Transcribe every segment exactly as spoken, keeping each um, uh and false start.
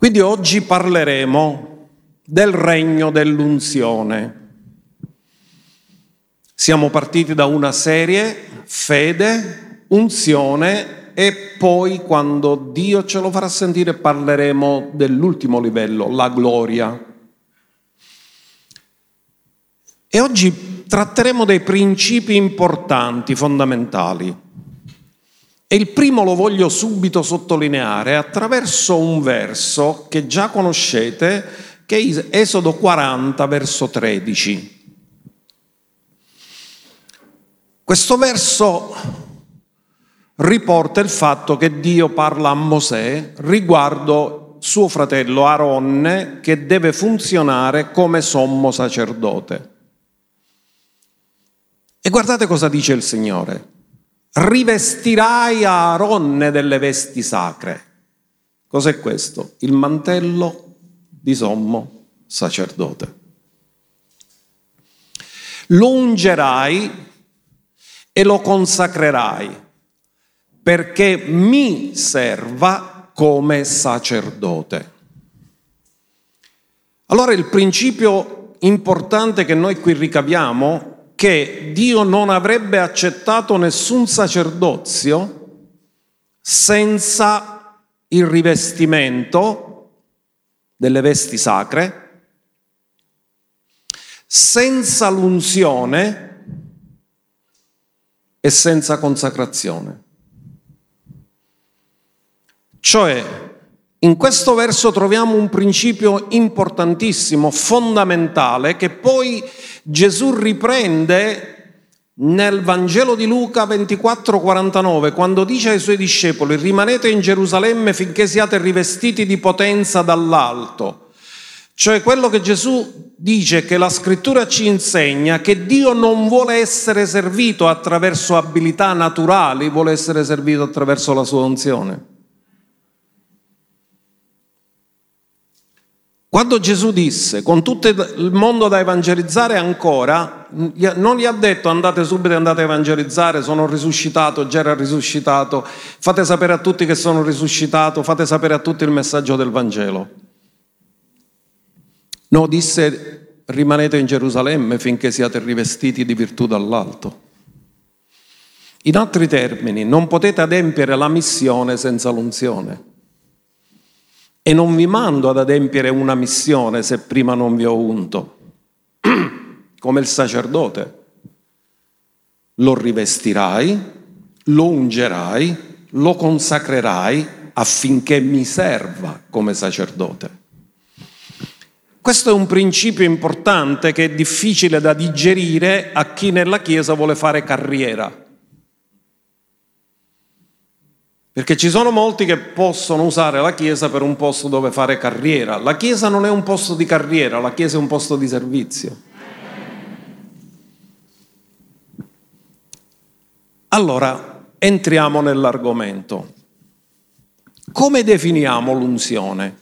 Quindi oggi parleremo del regno dell'unzione. Siamo partiti da una serie, fede, unzione, e poi quando Dio ce lo farà sentire parleremo dell'ultimo livello, la gloria. E oggi tratteremo dei principi importanti, fondamentali. E il primo lo voglio subito sottolineare attraverso un verso che già conoscete, che è Esodo quaranta, verso tredici. Questo verso riporta il fatto che Dio parla a Mosè riguardo suo fratello Aronne, che deve funzionare come sommo sacerdote. E guardate cosa dice il Signore. Rivestirai Aronne delle vesti sacre. Cos'è questo? Il mantello di sommo sacerdote. Lo ungerai e lo consacrerai perché mi serva come sacerdote. Allora il principio importante che noi qui ricaviamo, che Dio non avrebbe accettato nessun sacerdozio senza il rivestimento delle vesti sacre, senza l'unzione e senza consacrazione. Cioè, in questo verso troviamo un principio importantissimo, fondamentale, che poi Gesù riprende nel Vangelo di Luca ventiquattro quarantanove, quando dice ai suoi discepoli: rimanete in Gerusalemme finché siate rivestiti di potenza dall'alto. Cioè quello che Gesù dice, che la scrittura ci insegna, che Dio non vuole essere servito attraverso abilità naturali, vuole essere servito attraverso la sua unzione. Quando Gesù disse con tutto il mondo da evangelizzare ancora, non gli ha detto andate subito e andate a evangelizzare, sono risuscitato, già era risuscitato, fate sapere a tutti che sono risuscitato, fate sapere a tutti il messaggio del Vangelo. No, disse rimanete in Gerusalemme finché siate rivestiti di virtù dall'alto. In altri termini, non potete adempiere la missione senza l'unzione. E non vi mando ad adempiere una missione se prima non vi ho unto. Come il sacerdote. Lo rivestirai, lo ungerai, lo consacrerai affinché mi serva come sacerdote. Questo è un principio importante che è difficile da digerire a chi nella Chiesa vuole fare carriera. Perché ci sono molti che possono usare la Chiesa per un posto dove fare carriera. La Chiesa non è un posto di carriera, la Chiesa è un posto di servizio. Allora, entriamo nell'argomento. Come definiamo l'unzione?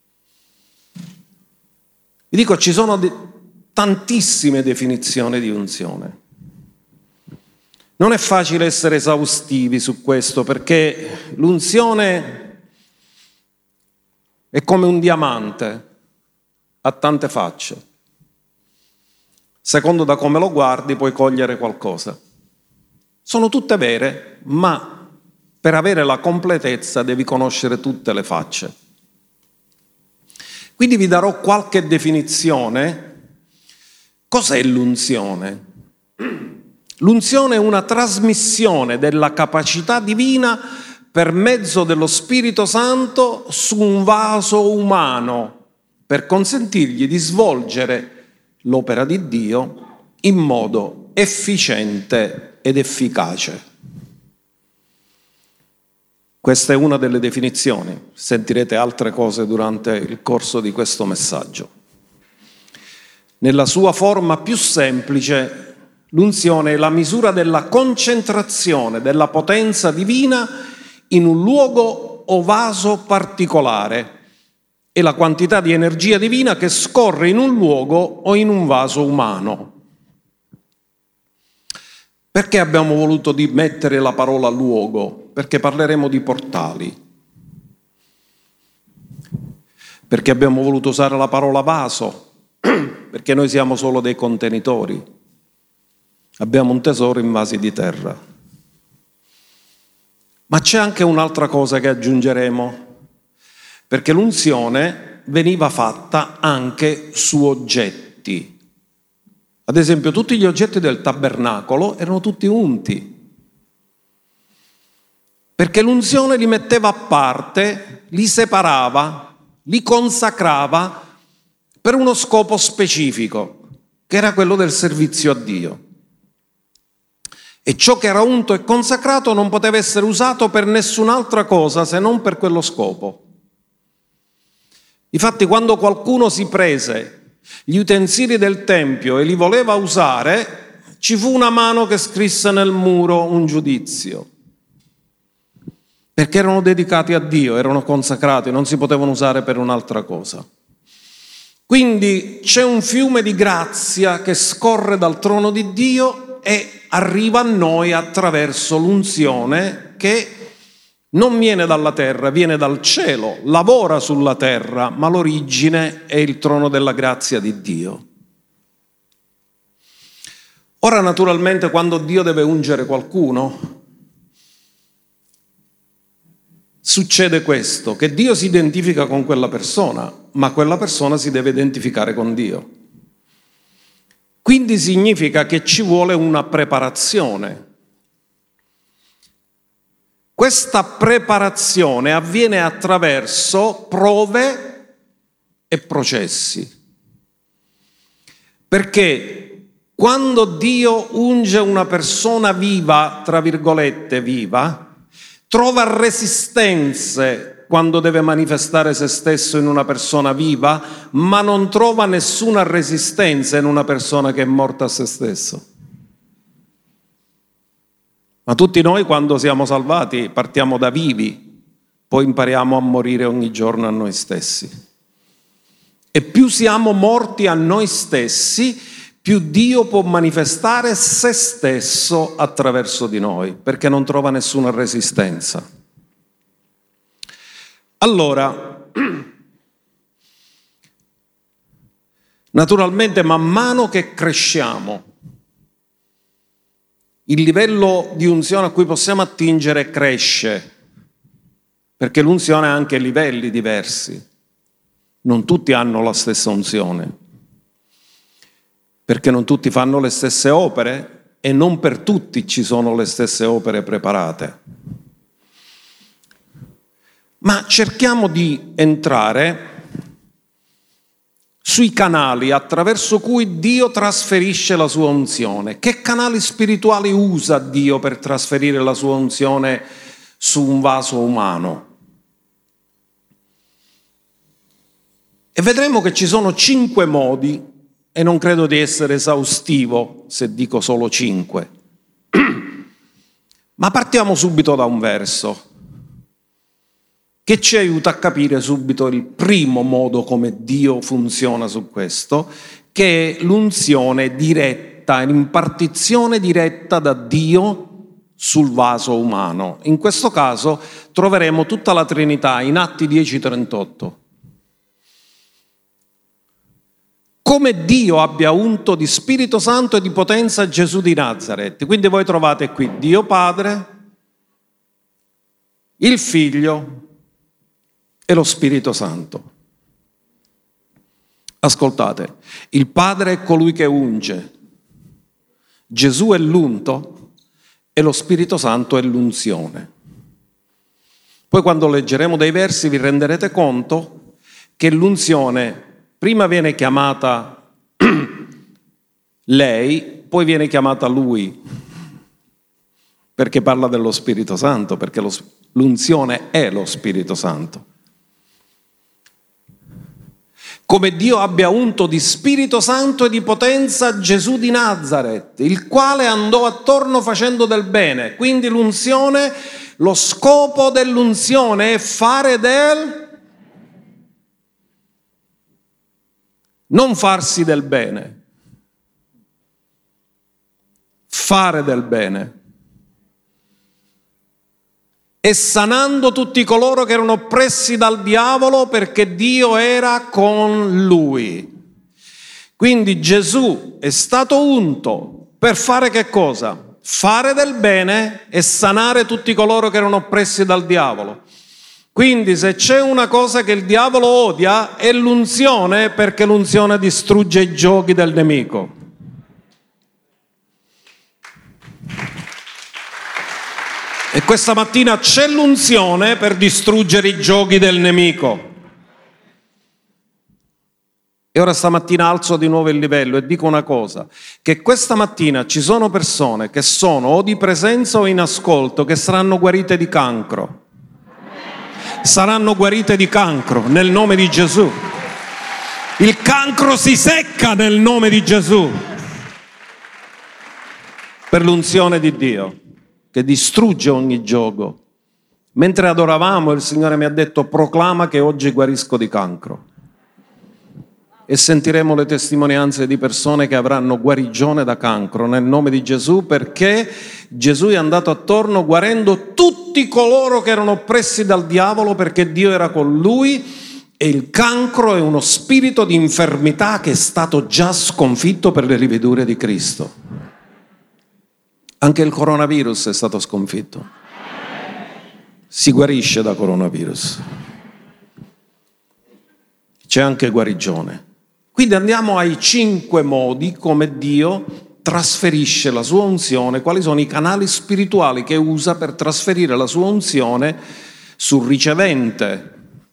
Vi dico, ci sono de- tantissime definizioni di unzione. Non è facile essere esaustivi su questo, perché l'unzione è come un diamante, ha tante facce. Secondo da come lo guardi puoi cogliere qualcosa. Sono tutte vere, ma per avere la completezza devi conoscere tutte le facce. Quindi vi darò qualche definizione. Cos'è l'unzione? L'unzione è una trasmissione della capacità divina per mezzo dello Spirito Santo su un vaso umano per consentirgli di svolgere l'opera di Dio in modo efficiente ed efficace. Questa è una delle definizioni, sentirete altre cose durante il corso di questo messaggio. Nella sua forma più semplice, l'unzione è la misura della concentrazione della potenza divina in un luogo o vaso particolare. È la quantità di energia divina che scorre in un luogo o in un vaso umano. Perché abbiamo voluto mettere la parola luogo? Perché parleremo di portali. perché abbiamo voluto usare la parola vaso, perché noi siamo solo dei contenitori. Abbiamo un tesoro in vasi di terra. Ma c'è anche un'altra cosa che aggiungeremo, perché l'unzione veniva fatta anche su oggetti. Ad esempio, tutti gli oggetti del tabernacolo erano tutti unti, perché l'unzione li metteva a parte, li separava, li consacrava per uno scopo specifico, che era quello del servizio a Dio. E ciò che era unto e consacrato non poteva essere usato per nessun'altra cosa se non per quello scopo. Infatti, quando qualcuno si prese gli utensili del Tempio e li voleva usare, ci fu una mano che scrisse nel muro un giudizio, perché erano dedicati a Dio, erano consacrati, non si potevano usare per un'altra cosa. Quindi c'è un fiume di grazia che scorre dal trono di Dio e arriva a noi attraverso l'unzione che non viene dalla terra, viene dal cielo, lavora sulla terra, ma l'origine è il trono della grazia di Dio. Ora, naturalmente, quando Dio deve ungere qualcuno, succede questo, che Dio si identifica con quella persona, ma quella persona si deve identificare con Dio. Quindi significa che ci vuole una preparazione. Questa preparazione avviene attraverso prove e processi. Perché quando Dio unge una persona viva, tra virgolette viva, trova resistenze quando deve manifestare se stesso in una persona viva, ma non trova nessuna resistenza in una persona che è morta a se stesso. Ma tutti noi, quando siamo salvati, partiamo da vivi, poi impariamo a morire ogni giorno a noi stessi. E più siamo morti a noi stessi, più Dio può manifestare se stesso attraverso di noi, perché non trova nessuna resistenza. Allora, naturalmente, man mano che cresciamo, il livello di unzione a cui possiamo attingere cresce, perché l'unzione ha anche livelli diversi. Non tutti hanno la stessa unzione, perché non tutti fanno le stesse opere e non per tutti ci sono le stesse opere preparate. Ma cerchiamo di entrare sui canali attraverso cui Dio trasferisce la sua unzione. Che canali spirituali usa Dio per trasferire la sua unzione su un vaso umano? E vedremo che ci sono cinque modi, e non credo di essere esaustivo se dico solo cinque. Ma partiamo subito da un verso che ci aiuta a capire subito il primo modo come Dio funziona su questo, che è l'unzione diretta, l'impartizione diretta da Dio sul vaso umano. In questo caso troveremo tutta la Trinità in Atti dieci trentotto. Come Dio abbia unto di Spirito Santo e di potenza Gesù di Nazaret. Quindi voi trovate qui Dio Padre, il Figlio e lo Spirito Santo. Ascoltate, il Padre è colui che unge, Gesù è l'unto e lo Spirito Santo è l'unzione. Poi quando leggeremo dei versi vi renderete conto che l'unzione prima viene chiamata lei, poi viene chiamata lui, perché parla dello Spirito Santo, perché lo, l'unzione è lo Spirito Santo. Come Dio abbia unto di Spirito Santo e di potenza Gesù di Nazaret, il quale andò attorno facendo del bene. Quindi l'unzione, lo scopo dell'unzione è fare del... non farsi del bene, fare del bene. e sanando tutti coloro che erano oppressi dal diavolo, perché Dio era con lui. Quindi Gesù è stato unto per fare che cosa? Fare del bene e sanare tutti coloro che erano oppressi dal diavolo. Quindi se c'è una cosa che il diavolo odia è l'unzione, perché l'unzione distrugge i giochi del nemico. E questa mattina c'è l'unzione per distruggere i giochi del nemico. E ora stamattina alzo di nuovo il livello e dico una cosa, che questa mattina ci sono persone che sono o di presenza o in ascolto che saranno guarite di cancro. Saranno guarite di cancro nel nome di Gesù. Il cancro si secca nel nome di Gesù. Per l'unzione di Dio, che distrugge ogni gioco. Mentre adoravamo, il Signore mi ha detto: proclama che oggi guarisco di cancro. E sentiremo le testimonianze di persone che avranno guarigione da cancro nel nome di Gesù, perché Gesù è andato attorno guarendo tutti coloro che erano oppressi dal diavolo, perché Dio era con lui, e il cancro è uno spirito di infermità che è stato già sconfitto per le rivedure di Cristo. Anche il coronavirus è stato sconfitto. Si guarisce da coronavirus. C'è anche guarigione. Quindi andiamo ai cinque modi come Dio trasferisce la sua unzione, quali sono i canali spirituali che usa per trasferire la sua unzione sul ricevente.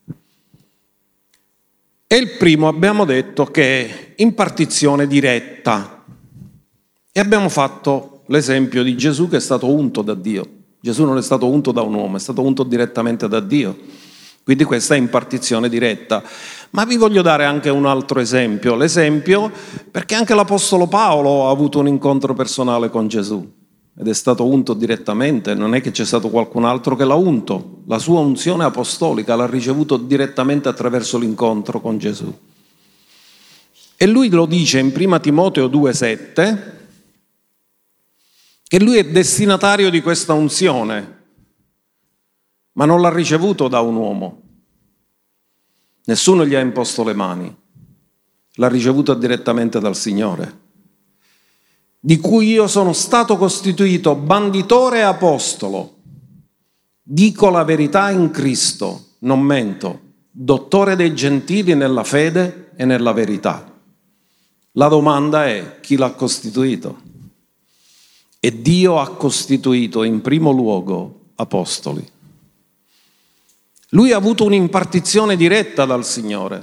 E il primo abbiamo detto che è impartizione diretta. E abbiamo fatto l'esempio di Gesù che è stato unto da Dio. Gesù non è stato unto da un uomo, è stato unto direttamente da Dio. Quindi questa è impartizione diretta. Ma vi voglio dare anche un altro esempio. L'esempio perché anche l'Apostolo Paolo ha avuto un incontro personale con Gesù ed è stato unto direttamente, non è che c'è stato qualcun altro che l'ha unto. La sua unzione apostolica l'ha ricevuto direttamente attraverso l'incontro con Gesù. E lui lo dice in prima Timoteo due sette, che lui è destinatario di questa unzione, ma non l'ha ricevuto da un uomo. Nessuno gli ha imposto le mani, l'ha ricevuta direttamente dal Signore, di cui io sono stato costituito banditore e apostolo. Dico la verità in Cristo, non mento, dottore dei gentili nella fede e nella verità. La domanda è: chi l'ha costituito? E Dio ha costituito in primo luogo apostoli. Lui ha avuto un'impartizione diretta dal Signore.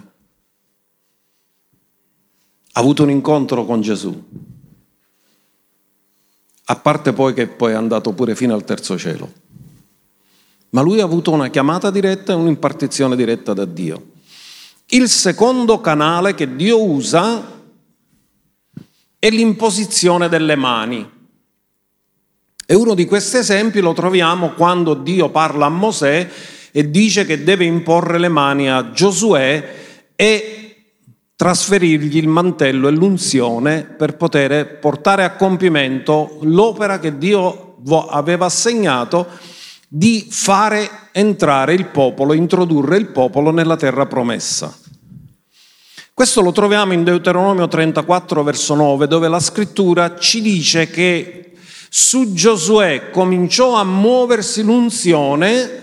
Ha avuto un incontro con Gesù. A parte poi che poi è andato pure fino al terzo cielo. Ma lui ha avuto una chiamata diretta e un'impartizione diretta da Dio. Il secondo canale che Dio usa è l'imposizione delle mani. E uno di questi esempi lo troviamo quando Dio parla a Mosè e dice che deve imporre le mani a Giosuè e trasferirgli il mantello e l'unzione per poter portare a compimento l'opera che Dio aveva assegnato di fare entrare il popolo, introdurre il popolo nella terra promessa. Questo lo troviamo in Deuteronomio trentaquattro verso nove, dove la scrittura ci dice che su Giosuè cominciò a muoversi l'unzione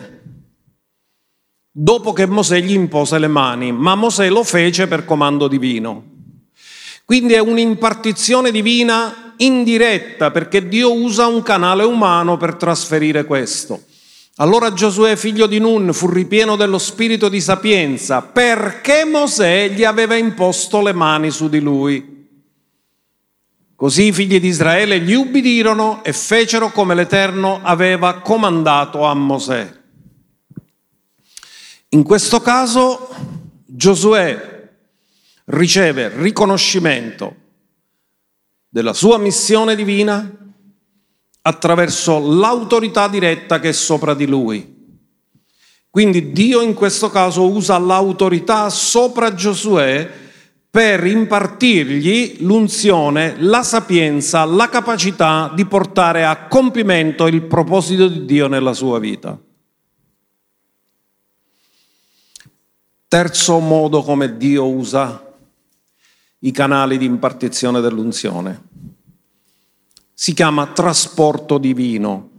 dopo che Mosè gli impose le mani, ma Mosè lo fece per comando divino. Quindi è un'impartizione divina indiretta, perché Dio usa un canale umano per trasferire questo. Allora Giosuè, figlio di Nun, fu ripieno dello spirito di sapienza, perché Mosè gli aveva imposto le mani su di lui. Così i figli di Israele gli ubbidirono e fecero come l'Eterno aveva comandato a Mosè. In questo caso Giosuè riceve riconoscimento della sua missione divina attraverso l'autorità diretta che è sopra di lui. Quindi Dio in questo caso usa l'autorità sopra Giosuè per impartirgli l'unzione, la sapienza, la capacità di portare a compimento il proposito di Dio nella sua vita. Terzo modo come Dio usa i canali di impartizione dell'unzione. Si chiama trasporto divino.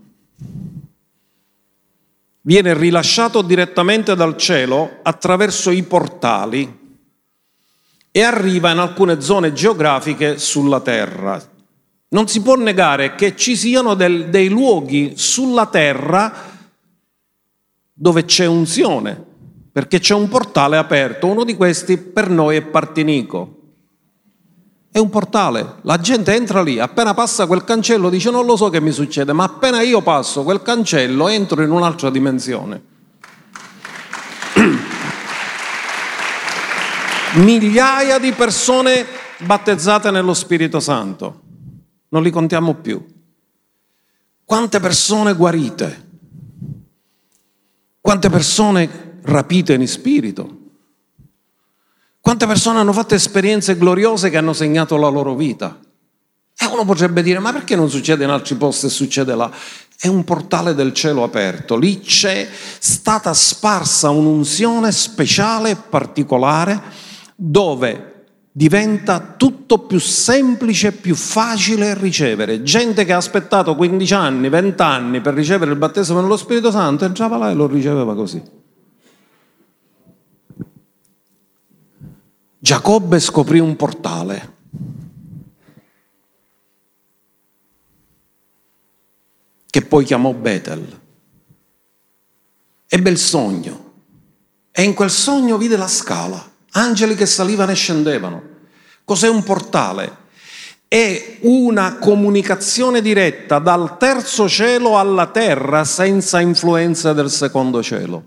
Viene rilasciato direttamente dal cielo attraverso i portali e arriva in alcune zone geografiche sulla terra. Non si può negare che ci siano del, dei luoghi sulla terra dove c'è unzione, perché c'è un portale aperto. Uno di questi per noi è Partinico. È un portale, la gente entra lì, appena passa quel cancello dice non lo so che mi succede, ma appena io passo quel cancello entro in un'altra dimensione. Migliaia di persone battezzate nello Spirito Santo, non li contiamo più. Quante persone guarite, quante persone rapite in spirito. Quante persone hanno fatto esperienze gloriose che hanno segnato la loro vita? E uno potrebbe dire, ma perché non succede in altri posti e succede là? È un portale del cielo aperto. Lì c'è stata sparsa un'unzione speciale e particolare dove diventa tutto più semplice e più facile ricevere. Gente che ha aspettato quindici anni, venti anni per ricevere il battesimo nello Spirito Santo entrava là e lo riceveva così. Giacobbe scoprì un portale. Che poi chiamò Betel. Ebbe il sogno e in quel sogno vide la scala, angeli che salivano e scendevano. Cos'è un portale? È una comunicazione diretta dal terzo cielo alla terra senza influenza del secondo cielo.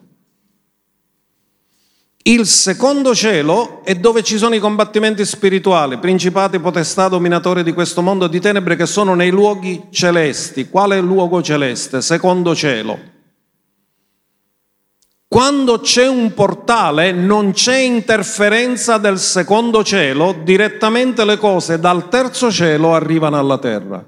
Il secondo cielo è dove ci sono i combattimenti spirituali, principati, potestà, dominatori di questo mondo di tenebre che sono nei luoghi celesti. Quale luogo celeste? Secondo cielo. Quando c'è un portale non c'è interferenza del secondo cielo, direttamente le cose dal terzo cielo arrivano alla terra.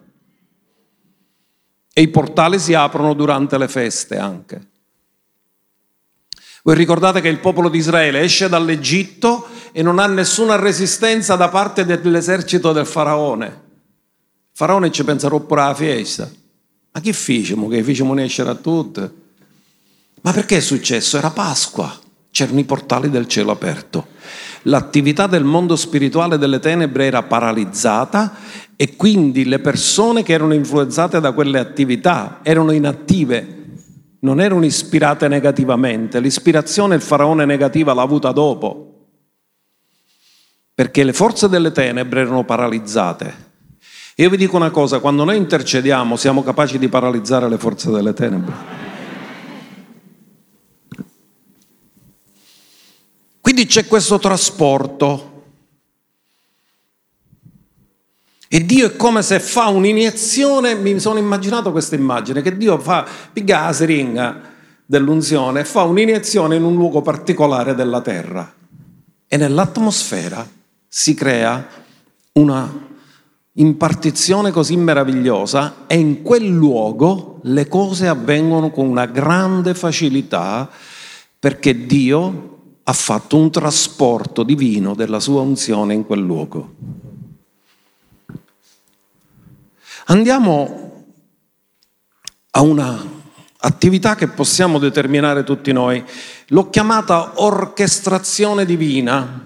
E i portali si aprono durante le feste anche. Voi ricordate che il popolo di Israele esce dall'Egitto e non ha nessuna resistenza da parte dell'esercito del faraone. Il faraone ci pensa roppere la festa. Ma che facciamo? Che facciamo escere a tutte? Ma perché è successo? Era Pasqua, c'erano i portali del cielo aperto. L'attività del mondo spirituale delle tenebre era paralizzata e quindi le persone che erano influenzate da quelle attività erano inattive. Non erano ispirate negativamente, l'ispirazione il faraone negativa l'ha avuta dopo, perché le forze delle tenebre erano paralizzate. E io vi dico una cosa, quando noi intercediamo siamo capaci di paralizzare le forze delle tenebre. Quindi c'è questo trasporto. E Dio è come se fa un'iniezione, mi sono immaginato questa immagine, che Dio fa, piga la siringa dell'unzione e fa un'iniezione in un luogo particolare della terra. E nell'atmosfera si crea una impartizione così meravigliosa e in quel luogo le cose avvengono con una grande facilità perché Dio ha fatto un trasporto divino della sua unzione in quel luogo. Andiamo a una attività che possiamo determinare tutti noi. L'ho chiamata orchestrazione divina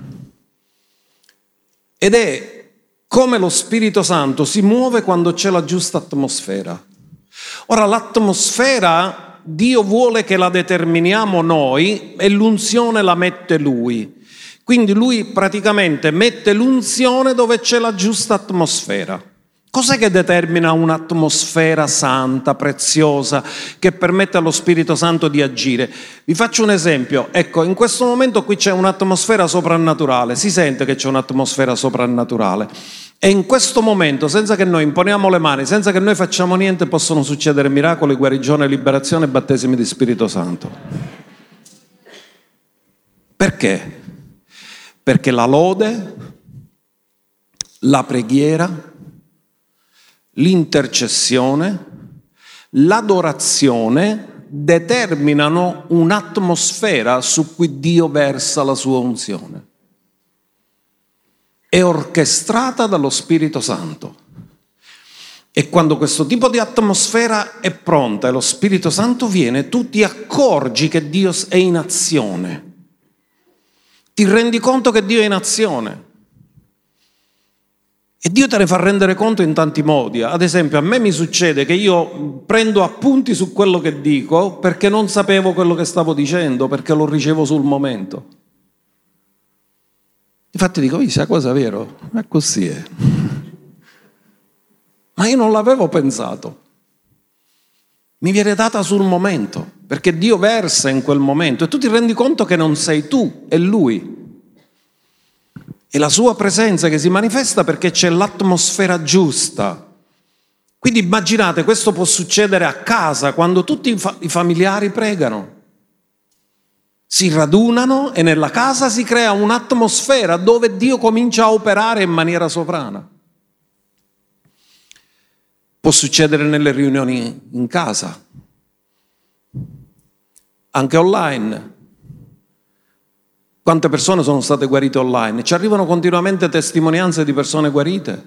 ed è come lo Spirito Santo si muove quando c'è la giusta atmosfera. Ora, l'atmosfera Dio vuole che la determiniamo noi e l'unzione la mette Lui. Quindi Lui praticamente mette l'unzione dove c'è la giusta atmosfera. Cos'è che determina un'atmosfera santa, preziosa, che permette allo Spirito Santo di agire? Vi faccio un esempio. Ecco, in questo momento qui c'è un'atmosfera soprannaturale, si sente che c'è un'atmosfera soprannaturale. E in questo momento, senza che noi imponiamo le mani, senza che noi facciamo niente, possono succedere miracoli, guarigione, liberazione e battesimi di Spirito Santo. Perché? Perché la lode, la preghiera, l'intercessione, l'adorazione determinano un'atmosfera su cui Dio versa la sua unzione. È orchestrata dallo Spirito Santo. E quando questo tipo di atmosfera è pronta e lo Spirito Santo viene, tu ti accorgi che Dio è in azione. Ti rendi conto che Dio è in azione. E Dio te ne fa rendere conto in tanti modi. Ad esempio, a me mi succede che io prendo appunti su quello che dico perché non sapevo quello che stavo dicendo, perché lo ricevo sul momento. Infatti dico, questa cosa è vero? È così. È. Ma io non l'avevo pensato. Mi viene data sul momento, perché Dio versa in quel momento e tu ti rendi conto che non sei tu, è Lui. È la sua presenza che si manifesta perché c'è l'atmosfera giusta. Quindi immaginate, questo può succedere a casa quando tutti i, fa- i familiari pregano. Si radunano e nella casa si crea un'atmosfera dove Dio comincia a operare in maniera sovrana. Può succedere nelle riunioni in casa, anche online. Quante persone sono state guarite online? Ci arrivano continuamente testimonianze di persone guarite.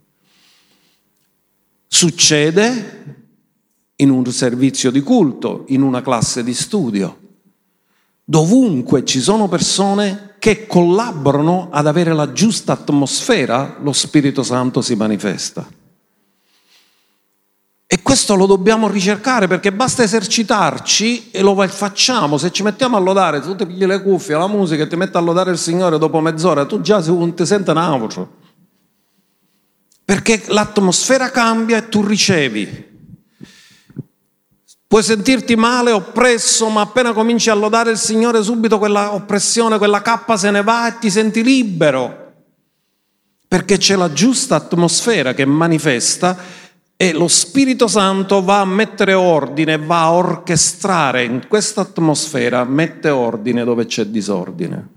Succede in un servizio di culto, in una classe di studio. Dovunque ci sono persone che collaborano ad avere la giusta atmosfera, lo Spirito Santo si manifesta. E questo lo dobbiamo ricercare perché basta esercitarci e lo facciamo. Se ci mettiamo a lodare, tu ti pigli le cuffie, la musica e ti metti a lodare il Signore dopo mezz'ora, tu già ti senti un altro. Perché l'atmosfera cambia e tu ricevi. Puoi sentirti male, oppresso, ma appena cominci a lodare il Signore subito quella oppressione, quella cappa se ne va e ti senti libero. Perché c'è la giusta atmosfera che manifesta e lo Spirito Santo va a mettere ordine, va a orchestrare in questa atmosfera, mette ordine dove c'è disordine.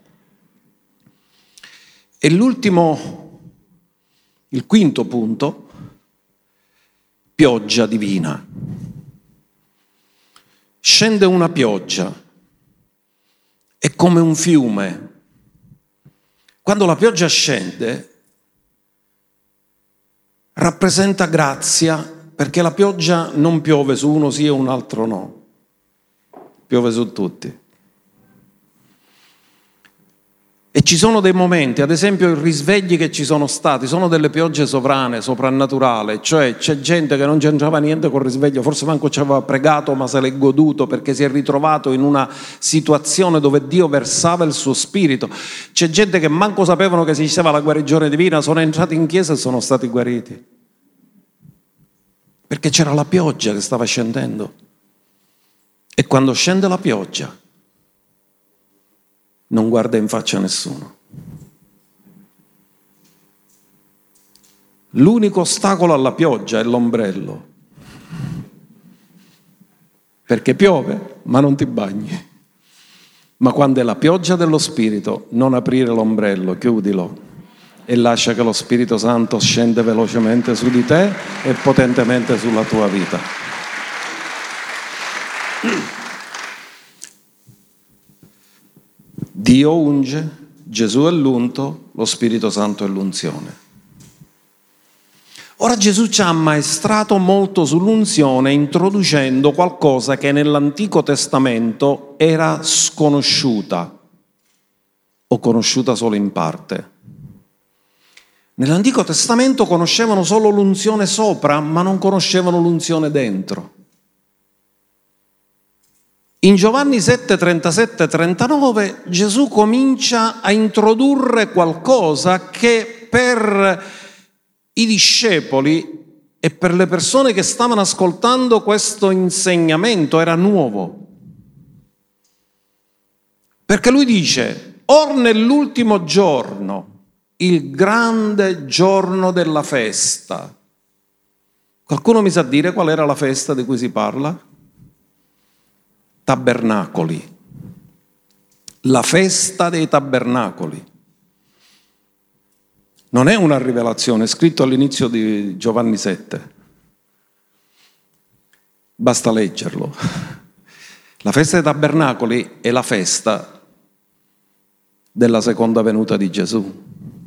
E l'ultimo, il quinto punto, pioggia divina. Scende una pioggia, è come un fiume. Quando la pioggia scende, rappresenta grazia, perché la pioggia non piove su uno sì e un altro no, piove su tutti. E ci sono dei momenti, ad esempio i risvegli che ci sono stati, sono delle piogge sovrane, soprannaturali, cioè c'è gente che non c'entrava niente col risveglio, forse manco ci aveva pregato ma se l'è goduto perché si è ritrovato in una situazione dove Dio versava il suo spirito. C'è gente che manco sapevano che esisteva la guarigione divina, sono entrati in chiesa e sono stati guariti. Perché c'era la pioggia che stava scendendo. E quando scende la pioggia, non guarda in faccia a nessuno. L'unico ostacolo alla pioggia è l'ombrello, perché piove ma non ti bagni. Ma quando è la pioggia dello Spirito, non aprire l'ombrello, chiudilo e lascia che lo Spirito Santo scenda velocemente su di te e potentemente sulla tua vita. Dio unge, Gesù è l'unto, lo Spirito Santo è l'unzione. Ora Gesù ci ha ammaestrato molto sull'unzione introducendo qualcosa che nell'Antico Testamento era sconosciuta o conosciuta solo in parte. Nell'Antico Testamento conoscevano solo l'unzione sopra, ma non conoscevano l'unzione dentro. In Giovanni sette, trentasette, trentanove Gesù comincia a introdurre qualcosa che per i discepoli e per le persone che stavano ascoltando questo insegnamento era nuovo. Perché lui dice, or nell'ultimo giorno, il grande giorno della festa. Qualcuno mi sa dire qual era la festa di cui si parla? Tabernacoli, la festa dei tabernacoli. Non è una rivelazione, è scritto all'inizio di Giovanni sette. Basta leggerlo. La festa dei tabernacoli è la festa della seconda venuta di Gesù.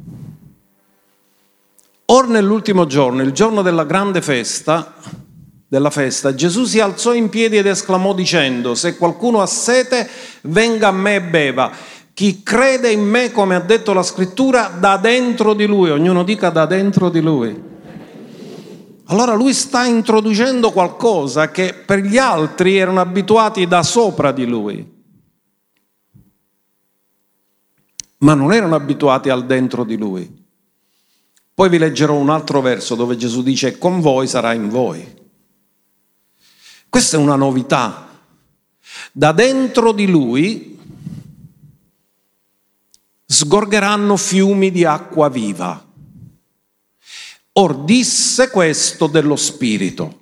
Or nell'ultimo giorno, il giorno della grande festa, della festa, Gesù si alzò in piedi ed esclamò dicendo: se qualcuno ha sete, venga a me e beva. Chi crede in me, come ha detto la scrittura, da dentro di lui, ognuno dica da dentro di lui. Allora lui sta introducendo qualcosa che per gli altri erano abituati da sopra di lui, ma non erano abituati al dentro di lui. Poi vi leggerò un altro verso dove Gesù dice: con voi sarà in voi. Questa è una novità. Da dentro di lui sgorgeranno fiumi di acqua viva. Or disse questo dello Spirito.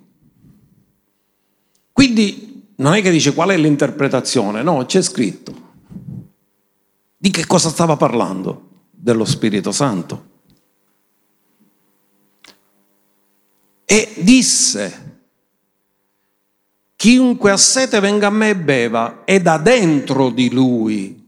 Quindi non è che dice qual è l'interpretazione, no, c'è scritto. Di che cosa stava parlando? Dello Spirito Santo. E disse: chiunque ha sete venga a me e beva, e da dentro di lui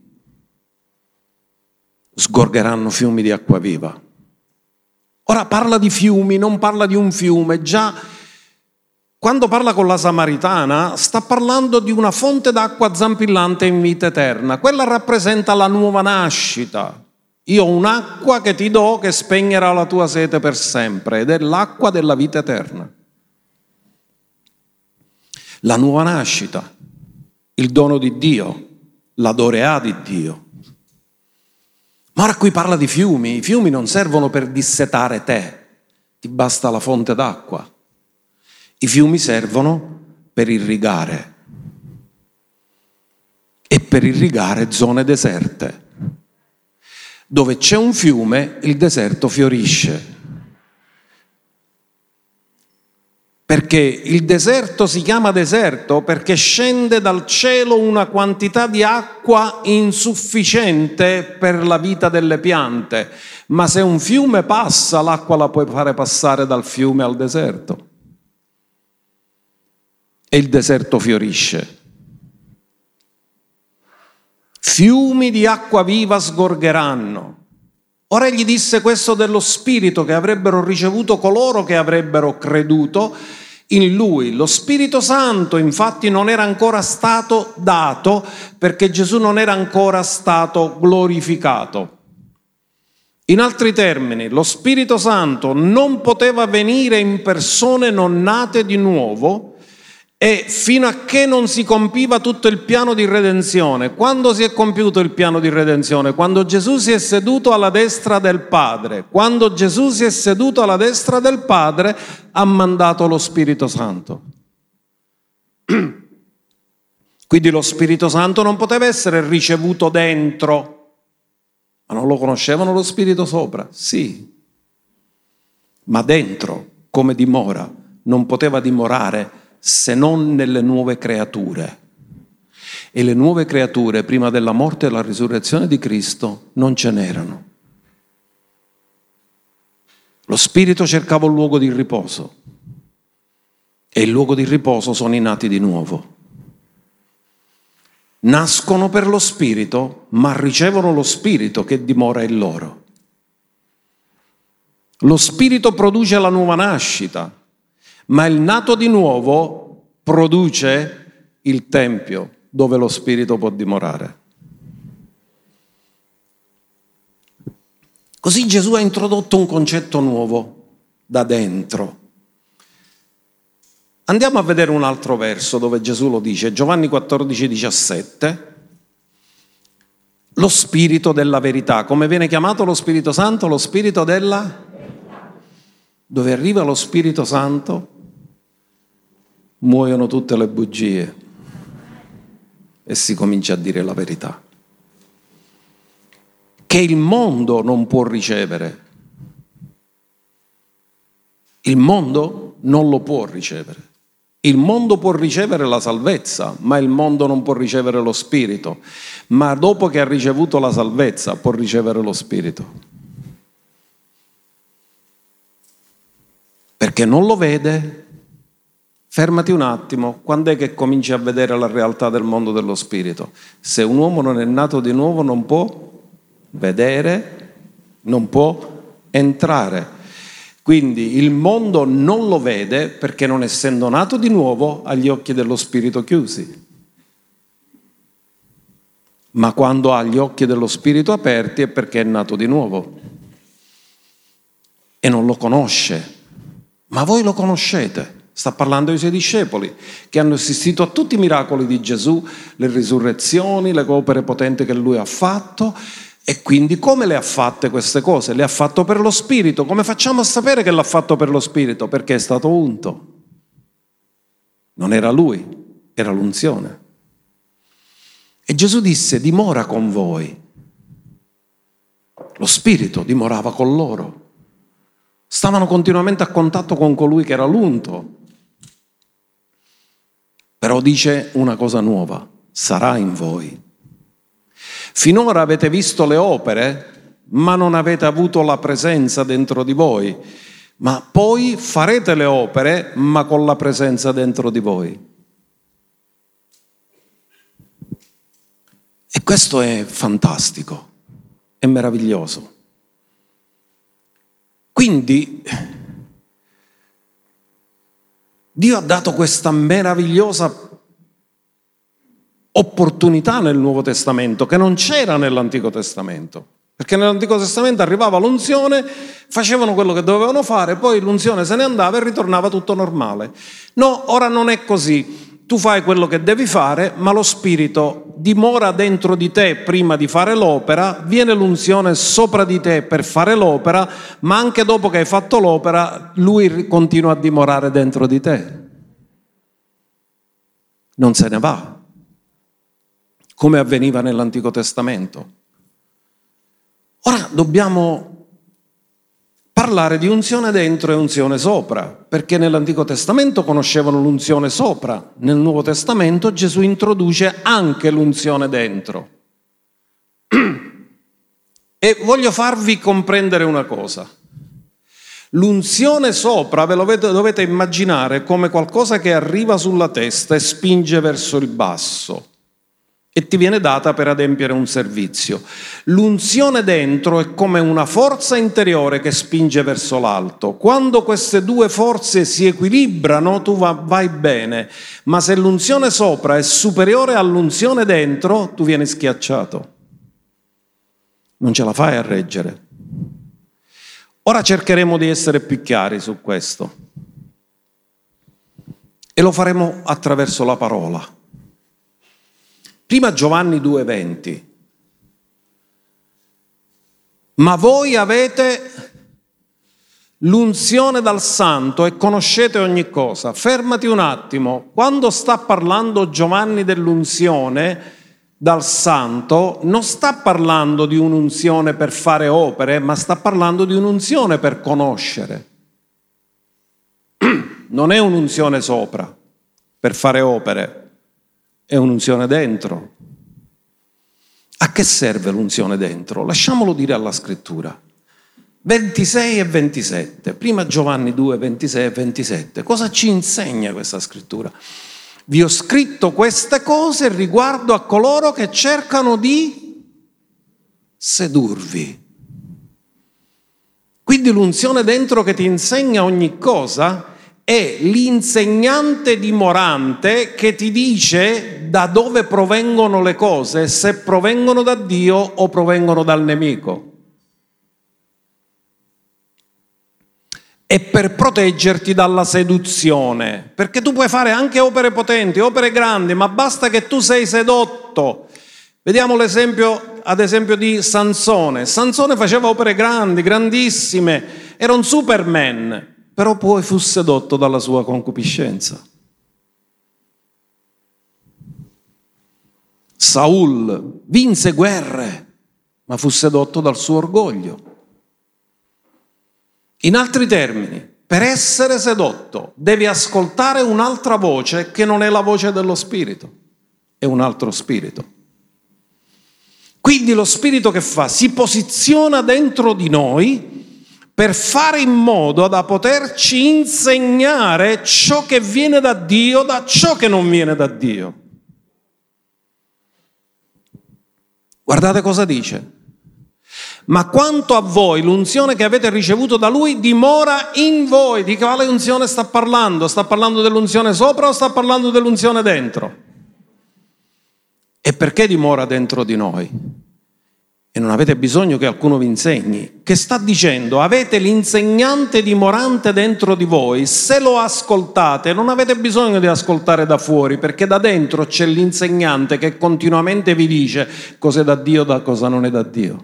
sgorgeranno fiumi di acqua viva. Ora parla di fiumi, non parla di un fiume. Già quando parla con la Samaritana sta parlando di una fonte d'acqua zampillante in vita eterna. Quella rappresenta la nuova nascita. Io ho un'acqua che ti do che spegnerà la tua sete per sempre, ed è l'acqua della vita eterna. La nuova nascita, il dono di Dio, la dorea di Dio. Ma ora qui parla di fiumi. I fiumi non servono per dissetare te, ti basta la fonte d'acqua. I fiumi servono per irrigare, e per irrigare zone deserte. Dove c'è un fiume, il deserto fiorisce. Perché il deserto si chiama deserto perché scende dal cielo una quantità di acqua insufficiente per la vita delle piante. Ma se un fiume passa, l'acqua la puoi fare passare dal fiume al deserto. E il deserto fiorisce. Fiumi di acqua viva sgorgeranno. Ora egli disse questo dello Spirito che avrebbero ricevuto coloro che avrebbero creduto in lui. Lo Spirito Santo infatti non era ancora stato dato perché Gesù non era ancora stato glorificato. In altri termini, lo Spirito Santo non poteva venire in persone non nate di nuovo, e fino a che non si compiva tutto il piano di redenzione. Quando si è compiuto il piano di redenzione? Quando Gesù si è seduto alla destra del Padre. Quando Gesù si è seduto alla destra del Padre, ha mandato lo Spirito Santo. Quindi lo Spirito Santo non poteva essere ricevuto dentro. Ma non lo conoscevano lo Spirito sopra? Sì. Ma dentro, come dimora, non poteva dimorare se non nelle nuove creature. E le nuove creature, prima della morte e la risurrezione di Cristo, non ce n'erano. Lo Spirito cercava un luogo di riposo, e il luogo di riposo sono i nati di nuovo. Nascono per lo Spirito, ma ricevono lo Spirito che dimora in loro. Lo Spirito produce la nuova nascita, ma il nato di nuovo produce il Tempio dove lo Spirito può dimorare. Così Gesù ha introdotto un concetto nuovo da dentro. Andiamo a vedere un altro verso dove Gesù lo dice, Giovanni quattordici diciassette. Lo Spirito della verità. Come viene chiamato lo Spirito Santo? Lo Spirito della verità. Dove arriva lo Spirito Santo, muoiono tutte le bugie e si comincia a dire la verità, che il mondo non può ricevere. Il mondo non lo può ricevere. Il mondo può ricevere la salvezza, ma il mondo non può ricevere lo Spirito. Ma dopo che ha ricevuto la salvezza può ricevere lo Spirito. Perché non lo vede, Fermati un attimo, quando è che cominci a vedere la realtà del mondo dello spirito? Se un uomo non è nato di nuovo non può vedere, non può entrare. Quindi il mondo non lo vede perché, non essendo nato di nuovo, ha gli occhi dello spirito chiusi. Ma quando ha gli occhi dello spirito aperti è perché è nato di nuovo e non lo conosce. Ma voi lo conoscete. Sta parlando ai suoi discepoli, che hanno assistito a tutti i miracoli di Gesù, le risurrezioni, le opere potenti che lui ha fatto. E quindi come le ha fatte queste cose? Le ha fatto per lo Spirito. Come facciamo a sapere che l'ha fatto per lo Spirito? Perché è stato unto. Non era lui, era l'unzione. E Gesù disse: dimora con voi. Lo Spirito dimorava con loro. Stavano continuamente a contatto con colui che era l'unto. Però dice una cosa nuova: sarà in voi. Finora avete visto le opere, ma non avete avuto la presenza dentro di voi. Ma poi farete le opere, ma con la presenza dentro di voi. E questo è fantastico, è meraviglioso. Quindi Dio ha dato questa meravigliosa opportunità nel Nuovo Testamento che non c'era nell'Antico Testamento, perché nell'Antico Testamento arrivava l'unzione, facevano quello che dovevano fare, poi l'unzione se ne andava e ritornava tutto normale. No, ora non è così. Tu fai quello che devi fare, ma lo Spirito dimora dentro di te prima di fare l'opera, viene l'unzione sopra di te per fare l'opera, ma anche dopo che hai fatto l'opera, Lui continua a dimorare dentro di te. Non se ne va, come avveniva nell'Antico Testamento. Ora dobbiamo parlare di unzione dentro e unzione sopra, perché nell'Antico Testamento conoscevano l'unzione sopra, nel Nuovo Testamento Gesù introduce anche l'unzione dentro. E voglio farvi comprendere una cosa. L'unzione sopra ve lo dovete immaginare come qualcosa che arriva sulla testa e spinge verso il basso e ti viene data per adempiere un servizio. L'unzione dentro è come una forza interiore che spinge verso l'alto. Quando queste due forze si equilibrano, tu vai bene, ma se l'unzione sopra è superiore all'unzione dentro, tu vieni schiacciato. Non ce la fai a reggere. Ora cercheremo di essere più chiari su questo e lo faremo attraverso la parola. Prima Giovanni due venti. Ma voi avete l'unzione dal Santo e conoscete ogni cosa. Fermati un attimo. Quando sta parlando Giovanni dell'unzione dal Santo, non sta parlando di un'unzione per fare opere, ma sta parlando di un'unzione per conoscere. Non è un'unzione sopra per fare opere. È un'unzione dentro. A che serve l'unzione dentro? Lasciamolo dire alla scrittura. ventisei e ventisette. Prima Giovanni due, ventisei e ventisette. Cosa ci insegna questa scrittura? Vi ho scritto queste cose riguardo a coloro che cercano di sedurvi. Quindi l'unzione dentro che ti insegna ogni cosa è l'insegnante dimorante che ti dice da dove provengono le cose, se provengono da Dio o provengono dal nemico. E per proteggerti dalla seduzione, perché tu puoi fare anche opere potenti, opere grandi, ma basta che tu sei sedotto. Vediamo l'esempio, ad esempio, di Sansone. Sansone faceva opere grandi, grandissime, era un Superman. Però poi fu sedotto dalla sua concupiscenza. Saul vinse guerre, ma fu sedotto dal suo orgoglio. In altri termini, per essere sedotto devi ascoltare un'altra voce che non è la voce dello Spirito, è un altro spirito. Quindi lo Spirito che fa? Si posiziona dentro di noi per fare in modo da poterci insegnare ciò che viene da Dio da ciò che non viene da Dio. Guardate cosa dice. Ma quanto a voi, l'unzione che avete ricevuto da Lui dimora in voi. Di quale unzione sta parlando? Sta parlando dell'unzione sopra o sta parlando dell'unzione dentro? E perché dimora dentro di noi? E non avete bisogno che qualcuno vi insegni. Che sta dicendo? Avete l'insegnante dimorante dentro di voi. Se lo ascoltate, non avete bisogno di ascoltare da fuori, perché da dentro c'è l'insegnante che continuamente vi dice cosa è da Dio, da cosa non è da Dio.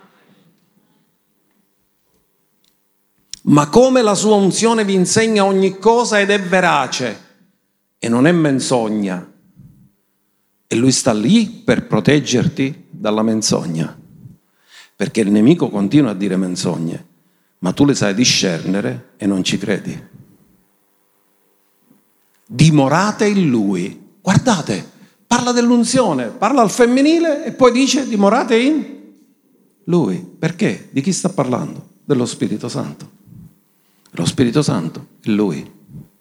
Ma come la sua unzione vi insegna ogni cosa ed è verace e non è menzogna, e lui sta lì per proteggerti dalla menzogna, perché il nemico continua a dire menzogne, ma tu le sai discernere e non ci credi. Dimorate in lui. Guardate, parla dell'unzione, parla al femminile e poi dice dimorate in lui. Perché? Di chi sta parlando? Dello Spirito Santo. Lo Spirito Santo è Lui.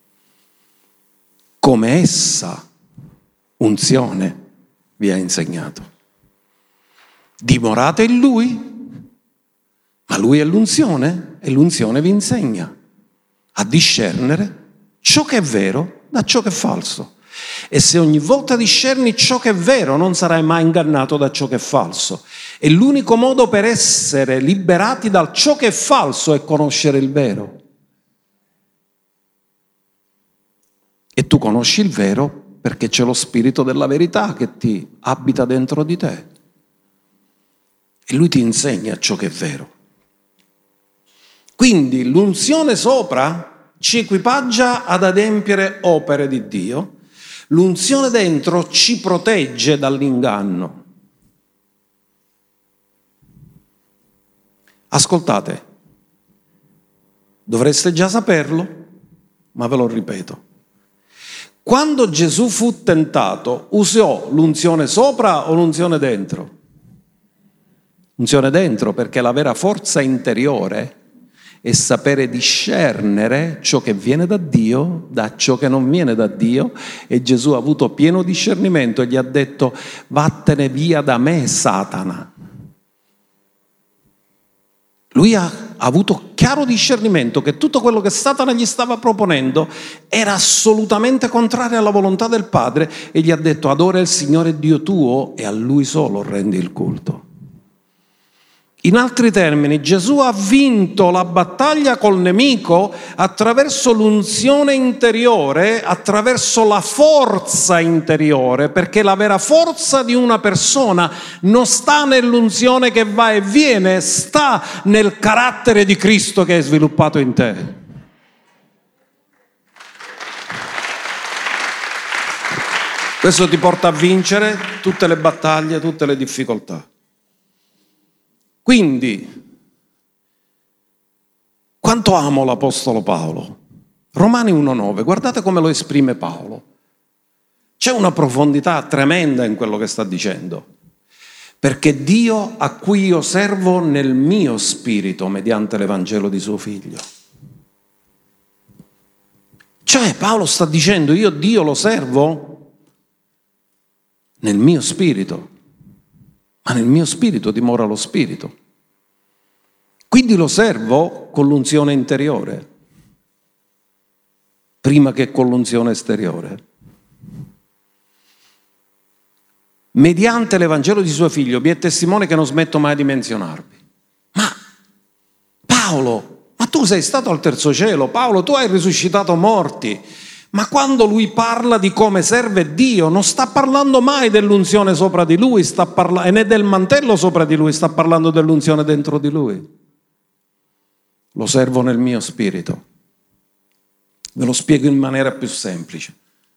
Come essa, unzione, vi ha insegnato. Dimorate in Lui, ma Lui è l'unzione e l'unzione vi insegna a discernere ciò che è vero da ciò che è falso. E se ogni volta discerni ciò che è vero, non sarai mai ingannato da ciò che è falso. E l'unico modo per essere liberati da ciò che è falso è conoscere il vero. E tu conosci il vero perché c'è lo spirito della verità che ti abita dentro di te. E lui ti insegna ciò che è vero. Quindi l'unzione sopra ci equipaggia ad adempiere opere di Dio. L'unzione dentro ci protegge dall'inganno. Ascoltate, dovreste già saperlo, ma ve lo ripeto. Quando Gesù fu tentato, usò l'unzione sopra o l'unzione dentro? Unzione dentro, perché la vera forza interiore è sapere discernere ciò che viene da Dio da ciò che non viene da Dio, e Gesù ha avuto pieno discernimento e gli ha detto: vattene via da me, Satana. Lui ha avuto chiaro discernimento che tutto quello che Satana gli stava proponendo era assolutamente contrario alla volontà del Padre, e gli ha detto: adora il Signore Dio tuo e a Lui solo rendi il culto. In altri termini, Gesù ha vinto la battaglia col nemico attraverso l'unzione interiore, attraverso la forza interiore, perché la vera forza di una persona non sta nell'unzione che va e viene, sta nel carattere di Cristo che è sviluppato in te. Questo ti porta a vincere tutte le battaglie, tutte le difficoltà. Quindi, quanto amo l'Apostolo Paolo? Romani uno nove, guardate come lo esprime Paolo. C'è una profondità tremenda in quello che sta dicendo. Perché Dio a cui io servo nel mio spirito mediante l'Evangelo di suo Figlio. Cioè Paolo sta dicendo: io Dio lo servo nel mio spirito. Ma nel mio spirito dimora lo Spirito. Quindi lo servo con l'unzione interiore, prima che con l'unzione esteriore. Mediante l'Evangelo di suo Figlio, mi è testimone che non smetto mai di menzionarvi. Ma Paolo, ma tu sei stato al terzo cielo, Paolo, tu hai risuscitato morti. Ma quando lui parla di come serve Dio, non sta parlando mai dell'unzione sopra di lui, sta parla- e né del mantello sopra di lui, sta parlando dell'unzione dentro di lui. Lo servo nel mio spirito. Ve lo spiego in maniera più semplice.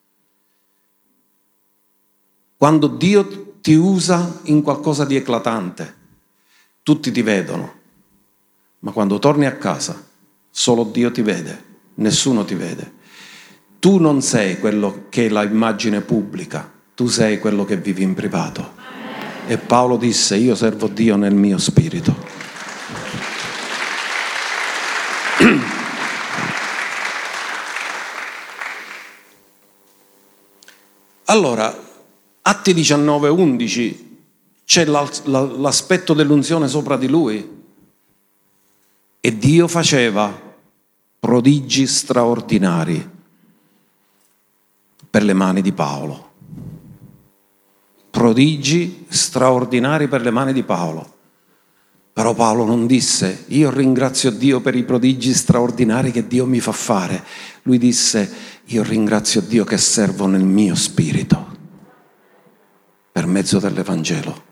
Quando Dio ti usa in qualcosa di eclatante, tutti ti vedono, ma quando torni a casa, solo Dio ti vede, nessuno ti vede. Tu non sei quello che è l'immagine pubblica, tu sei quello che vivi in privato. E Paolo disse: io servo Dio nel mio spirito. Allora, Atti diciannove undici, c'è l'aspetto dell'unzione sopra di lui. E Dio faceva prodigi straordinari per le mani di Paolo. Prodigi straordinari per le mani di Paolo. Però Paolo non disse: io ringrazio Dio per i prodigi straordinari che Dio mi fa fare. Lui disse: io ringrazio Dio che servo nel mio spirito per mezzo dell'Evangelo.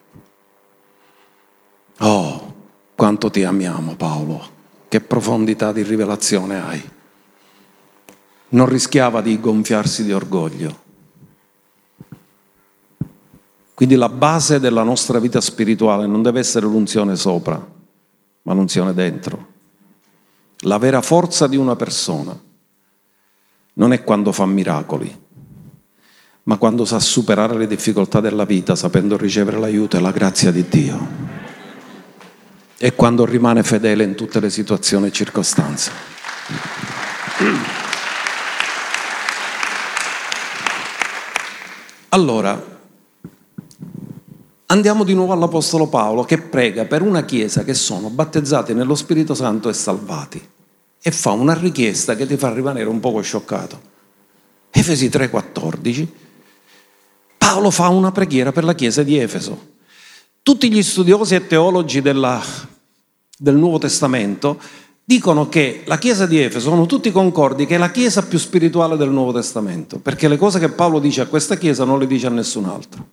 Oh, quanto ti amiamo, Paolo, che profondità di rivelazione hai. Non rischiava di gonfiarsi di orgoglio. Quindi la base della nostra vita spirituale non deve essere l'unzione sopra, ma l'unzione dentro. La vera forza di una persona non è quando fa miracoli, ma quando sa superare le difficoltà della vita sapendo ricevere l'aiuto e la grazia di Dio. E quando rimane fedele in tutte le situazioni e circostanze. Allora, andiamo di nuovo all'Apostolo Paolo che prega per una chiesa che sono battezzati nello Spirito Santo e salvati e fa una richiesta che ti fa rimanere un poco scioccato. Efesi tre quattordici, Paolo fa una preghiera per la chiesa di Efeso. Tutti gli studiosi e teologi della, del Nuovo Testamento dicono che la chiesa di Efeso, sono tutti concordi che è la chiesa più spirituale del Nuovo Testamento, perché le cose che Paolo dice a questa chiesa non le dice a nessun altro.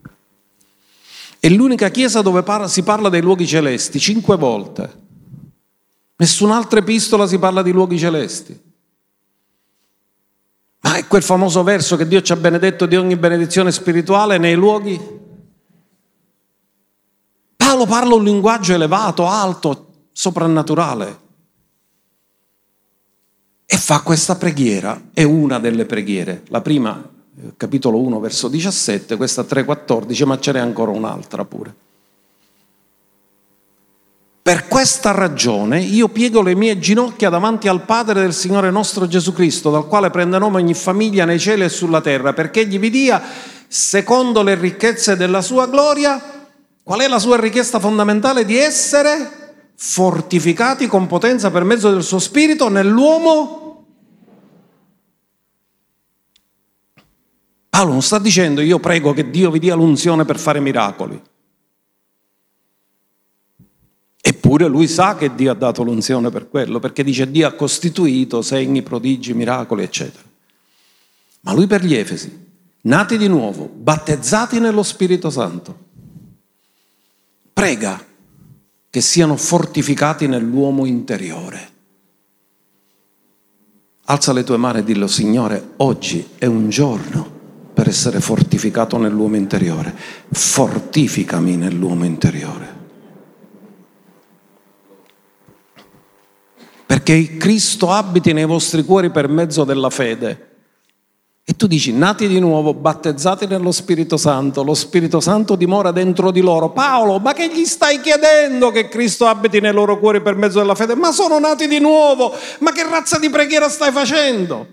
È l'unica chiesa dove parla, si parla dei luoghi celesti, cinque volte. Nessun'altra epistola si parla di luoghi celesti. Ma è quel famoso verso che Dio ci ha benedetto di ogni benedizione spirituale nei luoghi. Paolo parla un linguaggio elevato, alto, soprannaturale. E fa questa preghiera, è una delle preghiere. La prima, capitolo uno, verso diciassette, questa tre quattordici, ma ce n'è ancora un'altra pure. Per questa ragione io piego le mie ginocchia davanti al Padre del Signore nostro Gesù Cristo, dal quale prende nome ogni famiglia nei cieli e sulla terra, perché egli vi dia, secondo le ricchezze della sua gloria, qual è la sua richiesta fondamentale? Di essere fortificati con potenza per mezzo del suo Spirito nell'uomo. Paolo non sta dicendo io prego che Dio vi dia l'unzione per fare miracoli. Eppure lui sa che Dio ha dato l'unzione per quello, perché dice Dio ha costituito segni, prodigi, miracoli, eccetera. Ma lui per gli Efesi, nati di nuovo, battezzati nello Spirito Santo, prega che siano fortificati nell'uomo interiore. Alza le tue mani e dillo: Signore, oggi è un giorno per essere fortificato nell'uomo interiore. Fortificami nell'uomo interiore. Perché Cristo abiti nei vostri cuori per mezzo della fede. E tu dici, nati di nuovo, battezzati nello Spirito Santo, lo Spirito Santo dimora dentro di loro. Paolo, ma che gli stai chiedendo che Cristo abiti nei loro cuori per mezzo della fede? Ma sono nati di nuovo, ma che razza di preghiera stai facendo?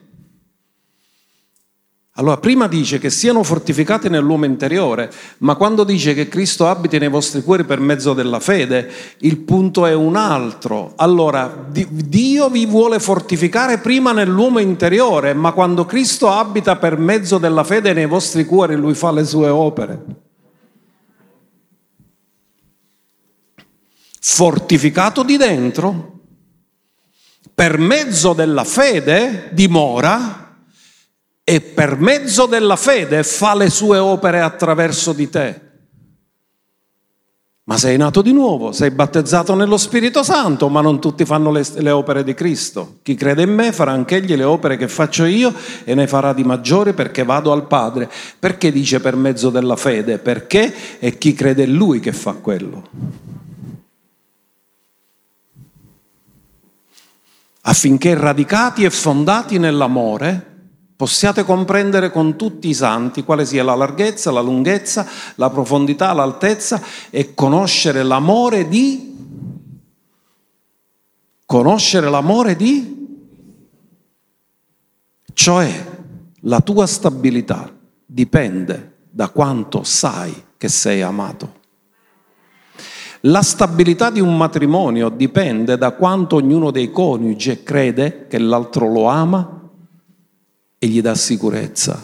Allora, prima dice che siano fortificati nell'uomo interiore, ma quando dice che Cristo abiti nei vostri cuori per mezzo della fede, il punto è un altro. Allora, Dio vi vuole fortificare prima nell'uomo interiore, ma quando Cristo abita per mezzo della fede nei vostri cuori, Lui fa le sue opere. Fortificato di dentro, per mezzo della fede dimora, e per mezzo della fede fa le sue opere attraverso di te. Ma sei nato di nuovo, sei battezzato nello Spirito Santo, ma non tutti fanno le, le opere di Cristo. Chi crede in me farà anch'egli le opere che faccio io e ne farà di maggiori, perché vado al Padre. Perché dice per mezzo della fede? Perché è chi crede in Lui che fa quello. Affinché radicati e fondati nell'amore possiate comprendere con tutti i santi quale sia la larghezza, la lunghezza, la profondità, l'altezza, e conoscere l'amore di... Conoscere l'amore di... Cioè la tua stabilità dipende da quanto sai che sei amato. La stabilità di un matrimonio dipende da quanto ognuno dei coniugi crede che l'altro lo ama e gli dà sicurezza.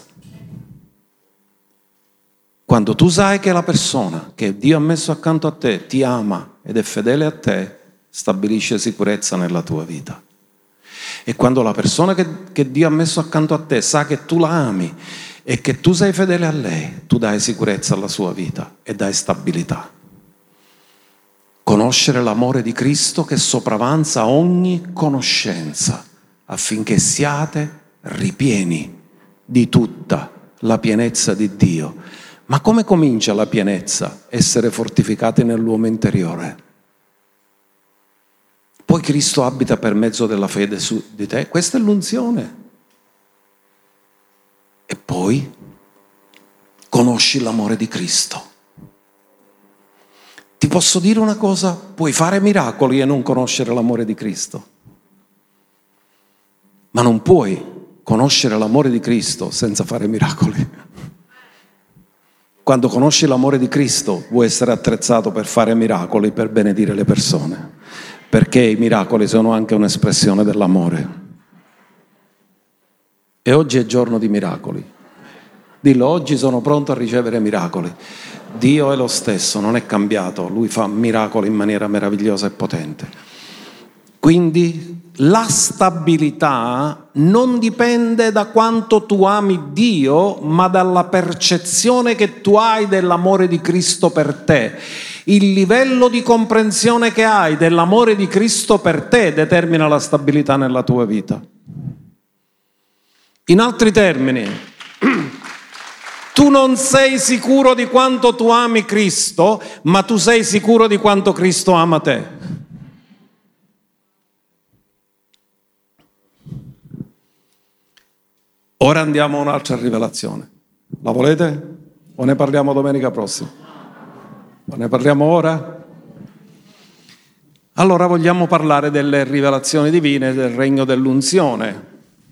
Quando tu sai che la persona che Dio ha messo accanto a te ti ama ed è fedele a te, stabilisce sicurezza nella tua vita. E quando la persona che, che Dio ha messo accanto a te sa che tu la ami e che tu sei fedele a lei, tu dai sicurezza alla sua vita e dai stabilità. Conoscere l'amore di Cristo che sopravanza ogni conoscenza, affinché siate ripieni di tutta la pienezza di Dio. Ma come comincia la pienezza? Essere fortificati nell'uomo interiore. Poi Cristo abita per mezzo della fede su di te. Questa è l'unzione. E poi conosci l'amore di Cristo. Ti posso dire una cosa? Puoi fare miracoli e non conoscere l'amore di Cristo. Ma non puoi conoscere l'amore di Cristo senza fare miracoli. Quando conosci l'amore di Cristo, vuoi essere attrezzato per fare miracoli, per benedire le persone. Perché i miracoli sono anche un'espressione dell'amore. E oggi è giorno di miracoli. Dillo, oggi sono pronto a ricevere miracoli. Dio è lo stesso, non è cambiato, Lui fa miracoli in maniera meravigliosa e potente. Quindi la stabilità non dipende da quanto tu ami Dio, ma dalla percezione che tu hai dell'amore di Cristo per te. Il livello di comprensione che hai dell'amore di Cristo per te determina la stabilità nella tua vita. In altri termini, tu non sei sicuro di quanto tu ami Cristo, ma tu sei sicuro di quanto Cristo ama te. Ora andiamo a un'altra rivelazione. La volete? O ne parliamo domenica prossima? O ne parliamo ora? Allora vogliamo parlare delle rivelazioni divine del regno dell'unzione.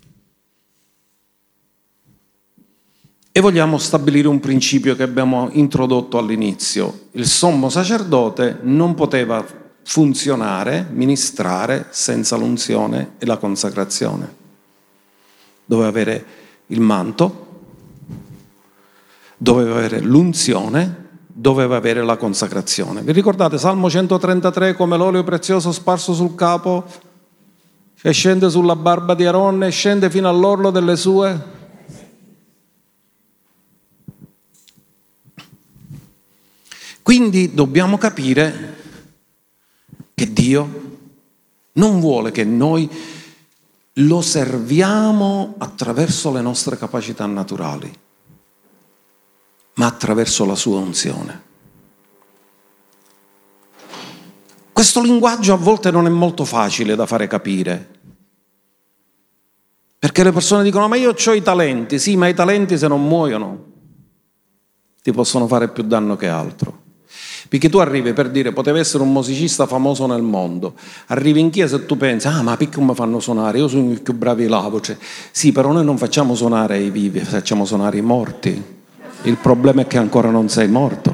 E vogliamo stabilire un principio che abbiamo introdotto all'inizio. Il sommo sacerdote non poteva funzionare, ministrare senza l'unzione e la consacrazione. Doveva avere il manto, doveva avere l'unzione, doveva avere la consacrazione. Vi ricordate Salmo centotrentatré, come l'olio prezioso sparso sul capo, che scende sulla barba di Aronne e scende fino all'orlo delle sue? Quindi dobbiamo capire che Dio non vuole che noi lo serviamo attraverso le nostre capacità naturali, ma attraverso la sua unzione. Questo linguaggio a volte non è molto facile da fare capire, perché le persone dicono: ma io ho i talenti. Sì, ma i talenti, se non muoiono, ti possono fare più danno che altro. Perché tu arrivi, per dire, potevi essere un musicista famoso nel mondo, arrivi in chiesa e tu pensi: ah, ma perché come fanno suonare? Io sono il più bravi lavo. Cioè, sì, però noi non facciamo suonare i vivi, facciamo suonare i morti. Il problema è che ancora non sei morto.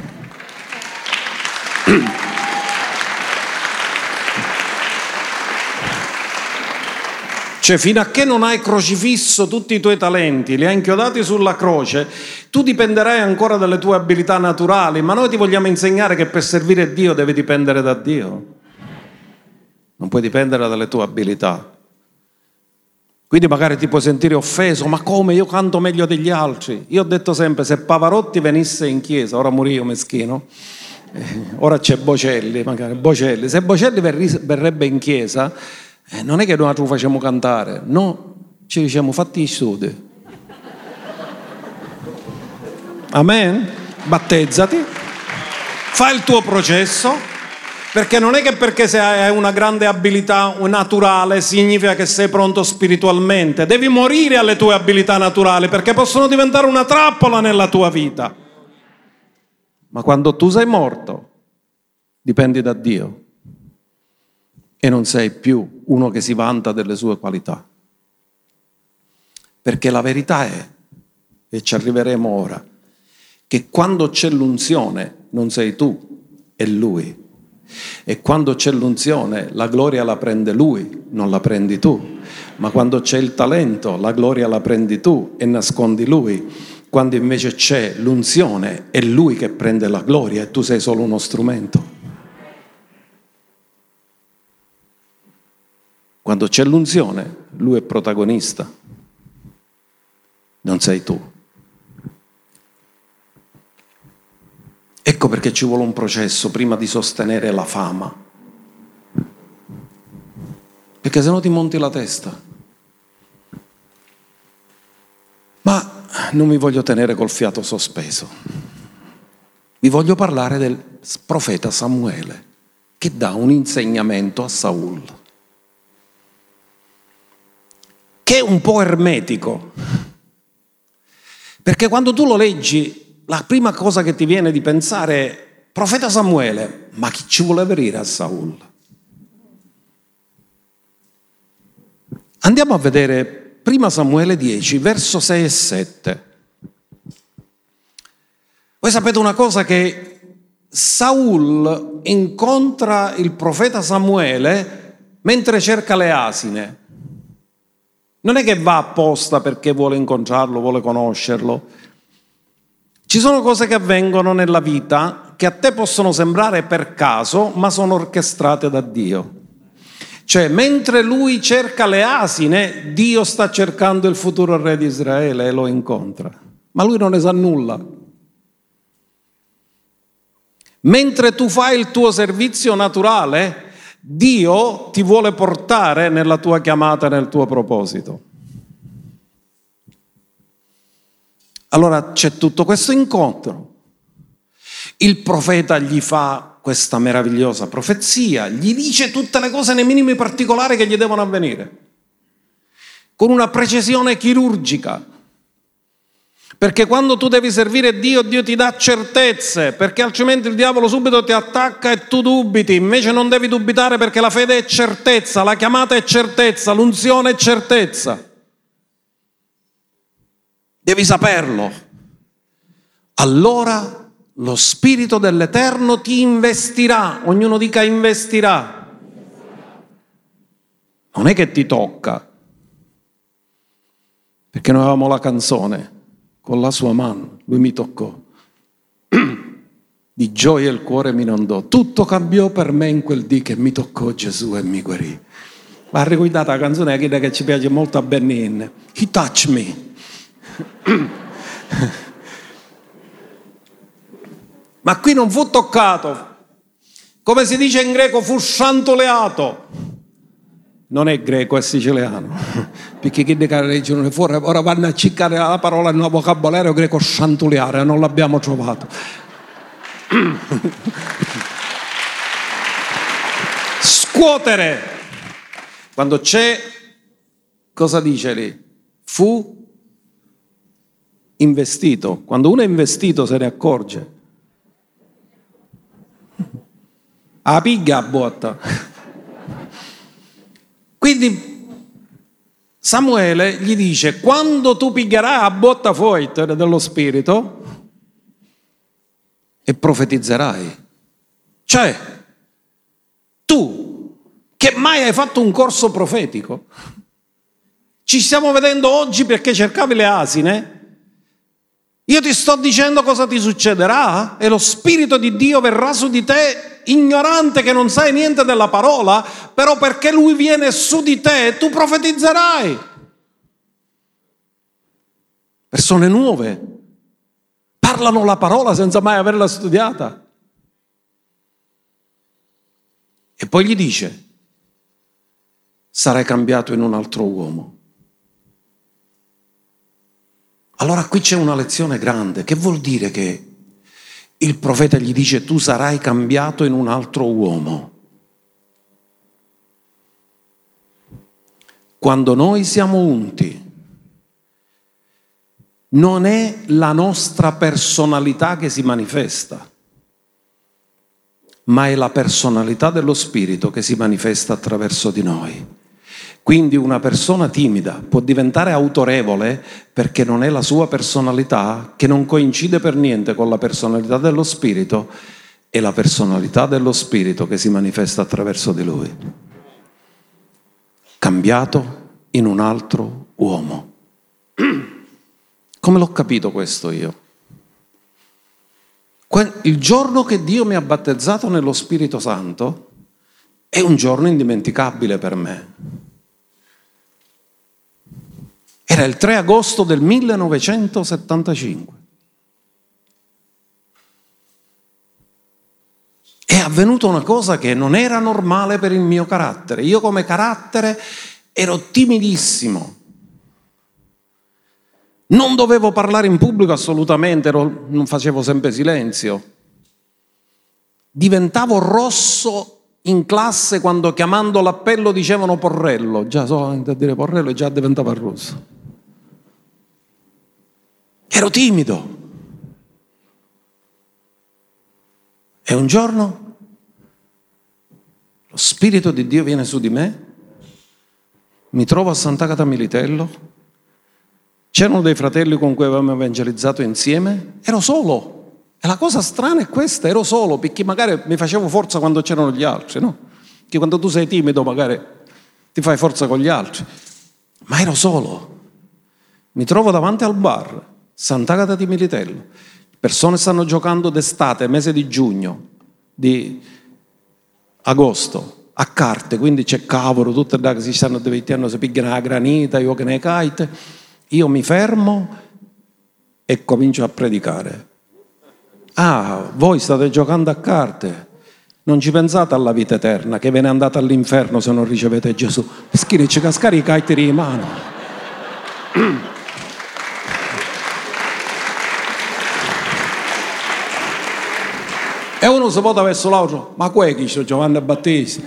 Cioè, fino a che non hai crocifisso tutti i tuoi talenti, li hai inchiodati sulla croce, tu dipenderai ancora dalle tue abilità naturali, ma noi ti vogliamo insegnare che per servire Dio devi dipendere da Dio. Non puoi dipendere dalle tue abilità. Quindi magari ti puoi sentire offeso: ma come, io canto meglio degli altri? Io ho detto sempre, se Pavarotti venisse in chiesa, ora morì io meschino, eh, ora c'è Bocelli, magari Bocelli, se Bocelli verrebbe in chiesa, Eh, non è che noi lo facciamo cantare, no, ci diciamo: fatti i studi. Amen? Battezzati, fai il tuo processo, perché non è che perché hai una grande abilità naturale significa che sei pronto spiritualmente. Devi morire alle tue abilità naturali, perché possono diventare una trappola nella tua vita. Ma quando tu sei morto, dipendi da Dio. E non sei più uno che si vanta delle sue qualità. Perché la verità è e ci arriveremo ora, che quando c'è l'unzione non sei tu, è Lui. E quando c'è l'unzione la gloria la prende Lui, non la prendi tu. Ma quando c'è il talento la gloria la prendi tu e nascondi Lui. Quando invece c'è l'unzione è Lui che prende la gloria e tu sei solo uno strumento. Quando c'è l'unzione Lui è protagonista, non sei tu. Ecco perché ci vuole un processo prima di sostenere la fama. Perché se no ti monti la testa. Ma non mi voglio tenere col fiato sospeso. Vi voglio parlare del profeta Samuele, che dà un insegnamento a Saul, che è un po' ermetico. Perché quando tu lo leggi, la prima cosa che ti viene di pensare è: profeta Samuele, ma chi ci vuole venire a Saul? Andiamo a vedere prima Samuele dieci, verso sei e sette. Voi sapete una cosa, che Saul incontra il profeta Samuele mentre cerca le asine. Non è che va apposta perché vuole incontrarlo, vuole conoscerlo. Ci sono cose che avvengono nella vita che a te possono sembrare per caso, ma sono orchestrate da Dio. Cioè, mentre lui cerca le asine, Dio sta cercando il futuro re di Israele e lo incontra. Ma lui non ne sa nulla. Mentre tu fai il tuo servizio naturale, Dio ti vuole portare nella tua chiamata, nel tuo proposito. Allora c'è tutto questo incontro. Il profeta gli fa questa meravigliosa profezia, gli dice tutte le cose nei minimi particolari che gli devono avvenire, con una precisione chirurgica. Perché quando tu devi servire Dio, Dio ti dà certezze, perché altrimenti il diavolo subito ti attacca e tu dubiti. Invece non devi dubitare, perché la fede è certezza, la chiamata è certezza, l'unzione è certezza. Devi saperlo. Allora lo Spirito dell'Eterno ti investirà. Ognuno dica investirà. Non è che ti tocca, perché noi avevamo la canzone: con la sua mano lui mi toccò, di gioia il cuore mi inondò, tutto cambiò per me in quel dì che mi toccò Gesù e mi guarì. Ma ricordate la canzone che ci piace molto a Benin, He touched me. Ma qui non fu toccato, come si dice in greco, fu sciantoleato. Non è greco, è siciliano, perché chi dica la regione fuori ora vanno a cercare la parola nel vocabolario greco sciantoleare, non l'abbiamo trovato. Scuotere, quando c'è, cosa dice lì? Fu investito. Quando uno è investito se ne accorge. A piglia a botta. Quindi Samuele gli dice: quando tu piglierai a botta fuori dello spirito e profetizzerai. Cioè, tu che mai hai fatto un corso profetico, ci stiamo vedendo oggi perché cercavi le asine. Io ti sto dicendo cosa ti succederà, e lo Spirito di Dio verrà su di te, ignorante che non sai niente della parola, però perché Lui viene su di te tu profetizzerai. Persone nuove parlano la parola senza mai averla studiata. E poi gli dice: sarai cambiato in un altro uomo. Allora qui c'è una lezione grande. Che vuol dire che il profeta gli dice: tu sarai cambiato in un altro uomo? Quando noi siamo unti, non è la nostra personalità che si manifesta, ma è la personalità dello Spirito che si manifesta attraverso di noi. Quindi una persona timida può diventare autorevole perché non è la sua personalità, che non coincide per niente con la personalità dello Spirito, è la personalità dello Spirito che si manifesta attraverso di lui. Cambiato in un altro uomo. Come l'ho capito questo io? Il giorno che Dio mi ha battezzato nello Spirito Santo è un giorno indimenticabile per me. Era il tre agosto del millenovecentosettantacinque. È avvenuta una cosa che non era normale per il mio carattere. Io come carattere ero timidissimo. Non dovevo parlare in pubblico assolutamente, ero, non facevo sempre silenzio. Diventavo rosso in classe quando chiamando l'appello dicevano Porrello. Già solamente a dire Porrello già diventava rosso. Ero timido. E un giorno lo Spirito di Dio viene su di me, mi trovo a Sant'Agata Militello, c'erano dei fratelli con cui avevamo evangelizzato insieme, ero solo. E la cosa strana è questa, ero solo, perché magari mi facevo forza quando c'erano gli altri, no? Che quando tu sei timido magari ti fai forza con gli altri. Ma ero solo. Mi trovo davanti al bar, Sant'Agata di Militello. Persone stanno giocando d'estate, mese di giugno, di agosto, a carte, quindi c'è cavolo, tutte le che si stanno divertendo, si pigliano la granita, io che ne kite. Io mi fermo e comincio a predicare. Ah, voi state giocando a carte, non ci pensate alla vita eterna, che ve ne andate all'inferno se non ricevete Gesù. Schirici cascare i kite di mano. E uno si può verso l'altro, ma qua è chi c'è Giovanni Battista?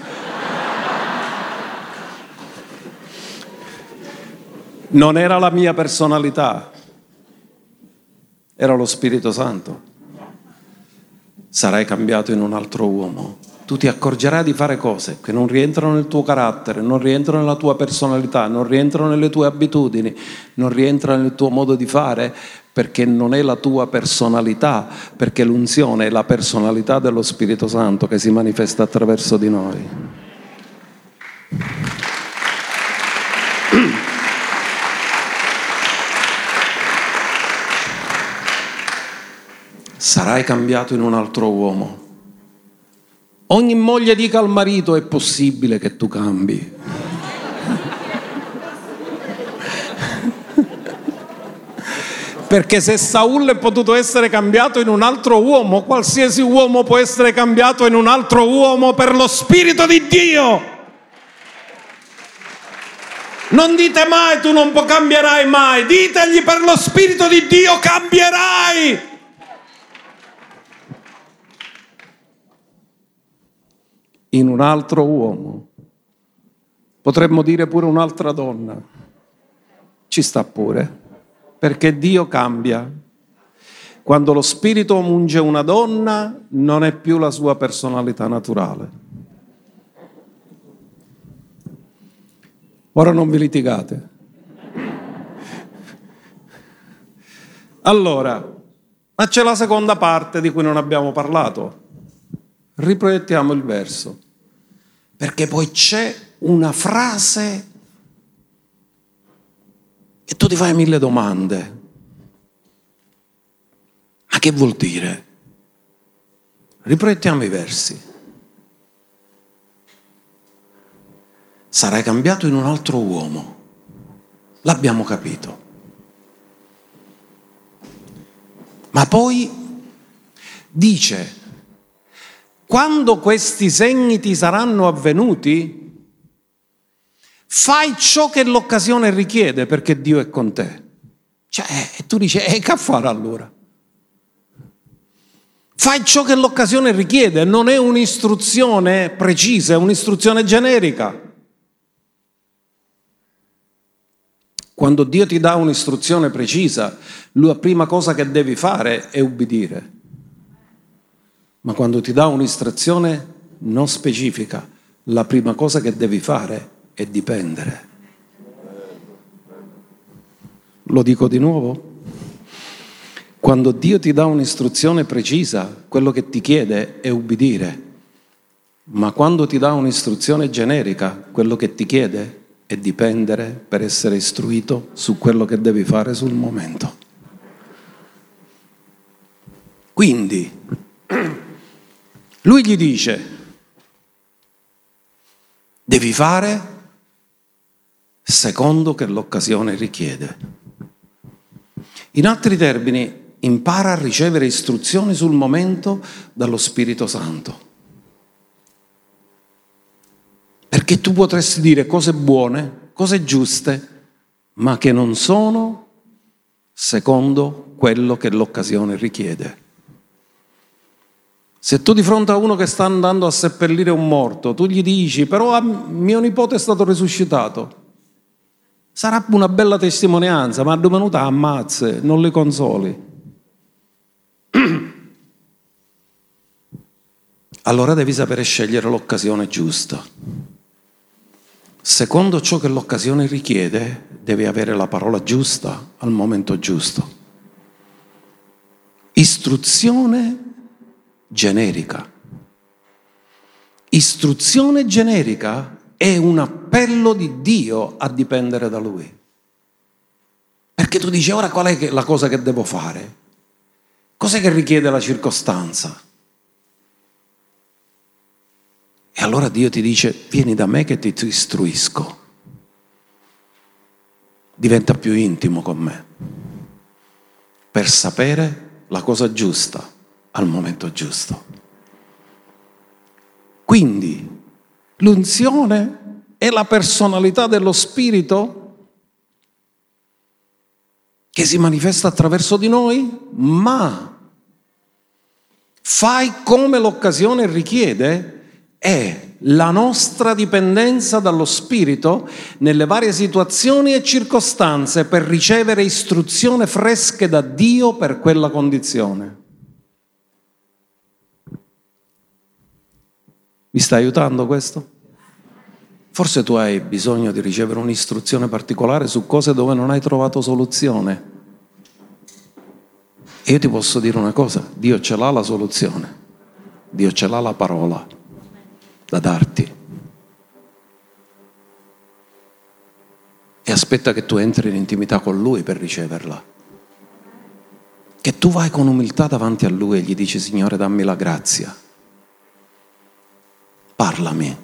Non era la mia personalità, era lo Spirito Santo. Sarai cambiato in un altro uomo. Tu ti accorgerai di fare cose che non rientrano nel tuo carattere, non rientrano nella tua personalità, non rientrano nelle tue abitudini, non rientrano nel tuo modo di fare, perché non è la tua personalità, perché l'unzione è la personalità dello Spirito Santo che si manifesta attraverso di noi. Sarai cambiato in un altro uomo. Ogni moglie dica al marito: è possibile che tu cambi. Perché se Saul è potuto essere cambiato in un altro uomo, qualsiasi uomo può essere cambiato in un altro uomo per lo Spirito di Dio. Non dite mai tu non cambierai mai, ditegli per lo Spirito di Dio cambierai. In un altro uomo, potremmo dire pure un'altra donna, ci sta pure, perché Dio cambia. Quando lo Spirito unge una donna, non è più la sua personalità naturale. Ora non vi litigate. Allora, ma c'è la seconda parte di cui non abbiamo parlato. Riproiettiamo il verso. Perché poi c'è una frase e tu ti fai mille domande. Ma che vuol dire? Riproiettiamo i versi. Sarai cambiato in un altro uomo. L'abbiamo capito. Ma poi dice: quando questi segni ti saranno avvenuti, fai ciò che l'occasione richiede, perché Dio è con te. Cioè, e tu dici, e che fare allora? Fai ciò che l'occasione richiede, non è un'istruzione precisa, è un'istruzione generica. Quando Dio ti dà un'istruzione precisa, la prima cosa che devi fare è ubbidire. Ma quando ti dà un'istruzione non specifica, la prima cosa che devi fare e dipendere. Lo dico di nuovo. Quando Dio ti dà un'istruzione precisa, quello che ti chiede è ubbidire. Ma quando ti dà un'istruzione generica, quello che ti chiede è dipendere per essere istruito su quello che devi fare sul momento. Quindi, lui gli dice, devi fare secondo che l'occasione richiede. In altri termini, impara a ricevere istruzioni sul momento dallo Spirito Santo. Perché tu potresti dire cose buone, cose giuste, ma che non sono secondo quello che l'occasione richiede. Se tu di fronte a uno che sta andando a seppellire un morto, tu gli dici, però mio nipote è stato risuscitato, sarà una bella testimonianza, ma domenuta ammazze, non li consoli. Allora devi sapere scegliere l'occasione giusta. Secondo ciò che l'occasione richiede, devi avere la parola giusta al momento giusto. Istruzione generica. Istruzione generica è un appello di Dio a dipendere da Lui. Perché tu dici, ora qual è la cosa che devo fare? Cos'è che richiede la circostanza? E allora Dio ti dice, vieni da me che ti istruisco. Diventa più intimo con me. Per sapere la cosa giusta al momento giusto. Quindi, l'unzione è la personalità dello Spirito che si manifesta attraverso di noi, ma fai come l'occasione richiede, è la nostra dipendenza dallo Spirito nelle varie situazioni e circostanze per ricevere istruzioni fresche da Dio per quella condizione. Mi sta aiutando questo? Forse tu hai bisogno di ricevere un'istruzione particolare su cose dove non hai trovato soluzione. E io ti posso dire una cosa, Dio ce l'ha la soluzione, Dio ce l'ha la parola da darti. E aspetta che tu entri in intimità con Lui per riceverla. Che tu vai con umiltà davanti a Lui e gli dici, Signore, dammi la grazia. Parlami.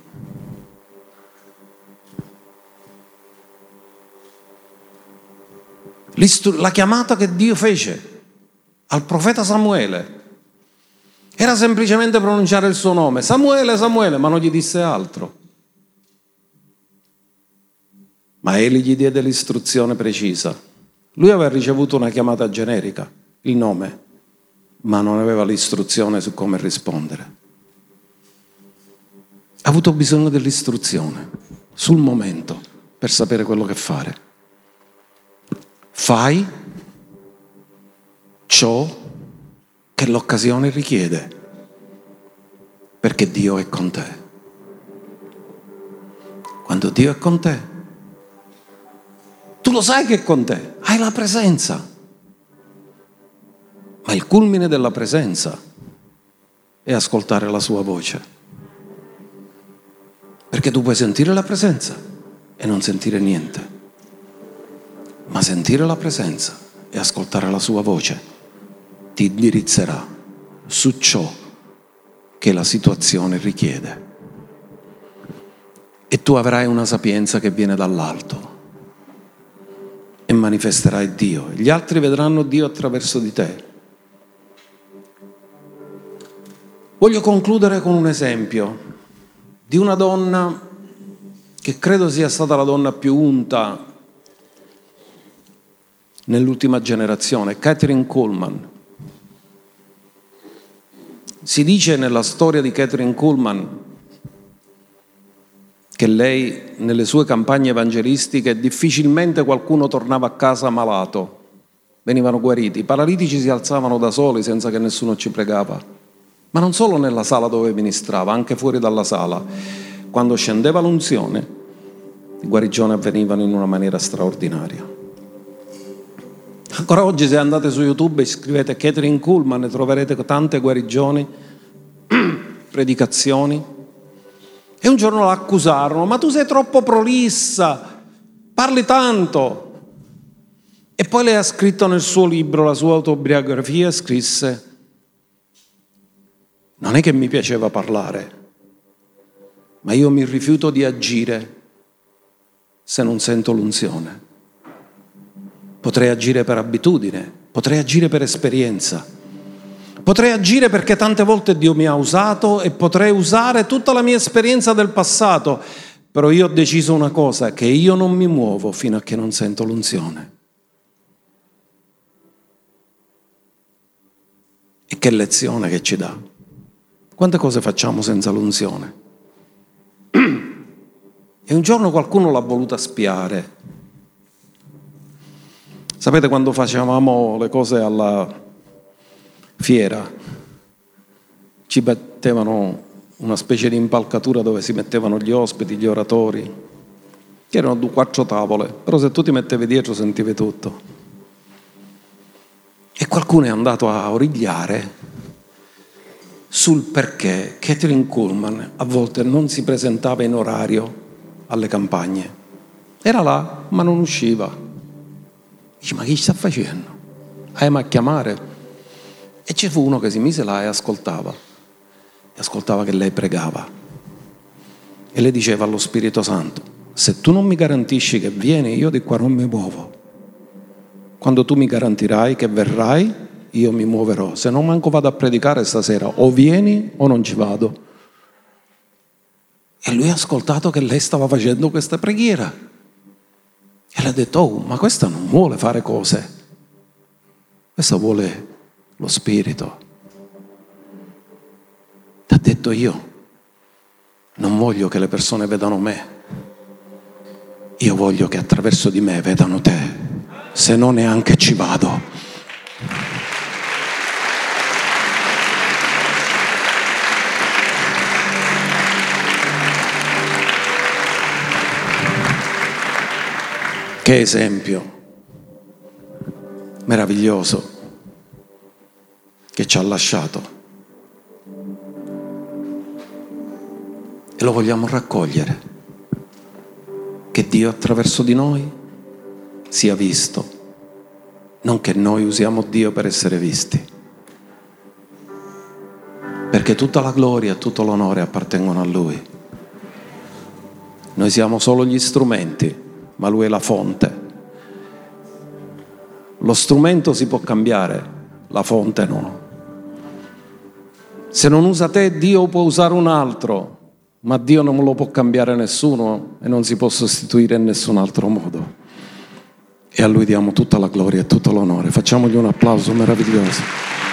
La chiamata che Dio fece al profeta Samuele era semplicemente pronunciare il suo nome, Samuele, Samuele, ma non gli disse altro. Ma egli gli diede l'istruzione precisa. Lui aveva ricevuto una chiamata generica, il nome, ma non aveva l'istruzione su come rispondere. Ha avuto bisogno dell'istruzione sul momento per sapere quello che fare. Fai ciò che l'occasione richiede, perché Dio è con te. Quando Dio è con te, tu lo sai che è con te, hai la presenza. Ma il culmine della presenza è ascoltare la sua voce. Perché tu puoi sentire la presenza e non sentire niente. Ma sentire la presenza e ascoltare la sua voce ti indirizzerà su ciò che la situazione richiede. E tu avrai una sapienza che viene dall'alto e manifesterai Dio. Gli altri vedranno Dio attraverso di te. Voglio concludere con un esempio di una donna che credo sia stata la donna più unta nell'ultima generazione, Kathryn Kuhlman. Si dice nella storia di Kathryn Kuhlman che lei, nelle sue campagne evangelistiche, difficilmente qualcuno tornava a casa malato, venivano guariti, i paralitici si alzavano da soli senza che nessuno ci pregava, ma non solo nella sala dove ministrava, anche fuori dalla sala. Quando scendeva l'unzione, le guarigioni avvenivano in una maniera straordinaria. Ancora oggi, se andate su YouTube e scrivete Kathryn Kuhlman, troverete tante guarigioni, predicazioni. E un giorno la accusarono: ma tu sei troppo prolissa, parli tanto. E poi lei ha scritto nel suo libro, la sua autobiografia, scrisse: non è che mi piaceva parlare, ma io mi rifiuto di agire se non sento l'unzione. Potrei agire per abitudine, potrei agire per esperienza, potrei agire perché tante volte Dio mi ha usato e potrei usare tutta la mia esperienza del passato, però io ho deciso una cosa, che io non mi muovo fino a che non sento l'unzione. E che lezione che ci dà. Quante cose facciamo senza l'unzione? E un giorno qualcuno l'ha voluta spiare. Sapete, quando facevamo le cose alla fiera, ci mettevano una specie di impalcatura dove si mettevano gli ospiti, gli oratori, che erano due, quattro tavole, però se tu ti mettevi dietro sentivi tutto. E qualcuno è andato a origliare sul perché Kathryn Kuhlman a volte non si presentava in orario alle campagne. Era là, ma non usciva. Dice: ma chi sta facendo? Ah, ma a chiamare? E ci fu uno che si mise là e ascoltava. E ascoltava che lei pregava. E le diceva allo Spirito Santo: se tu non mi garantisci che vieni, io di qua non mi muovo. Quando tu mi garantirai che verrai, io mi muoverò. Se non manco vado a predicare stasera, o vieni o non ci vado. E lui ha ascoltato che lei stava facendo questa preghiera. E le ha detto: oh, ma questa non vuole fare cose. Questa vuole lo Spirito. Ti ha detto: io non voglio che le persone vedano me. Io voglio che attraverso di me vedano te. Se no neanche ci vado. Che esempio meraviglioso che ci ha lasciato. E lo vogliamo raccogliere. Che Dio attraverso di noi sia visto, non che noi usiamo Dio per essere visti, perché tutta la gloria e tutto l'onore appartengono a Lui. Noi siamo solo gli strumenti, ma Lui è la fonte. Lo strumento si può cambiare, la fonte no. Se non usa te, Dio può usare un altro, ma Dio non lo può cambiare nessuno e non si può sostituire in nessun altro modo. E a Lui diamo tutta la gloria e tutto l'onore. Facciamogli un applauso meraviglioso.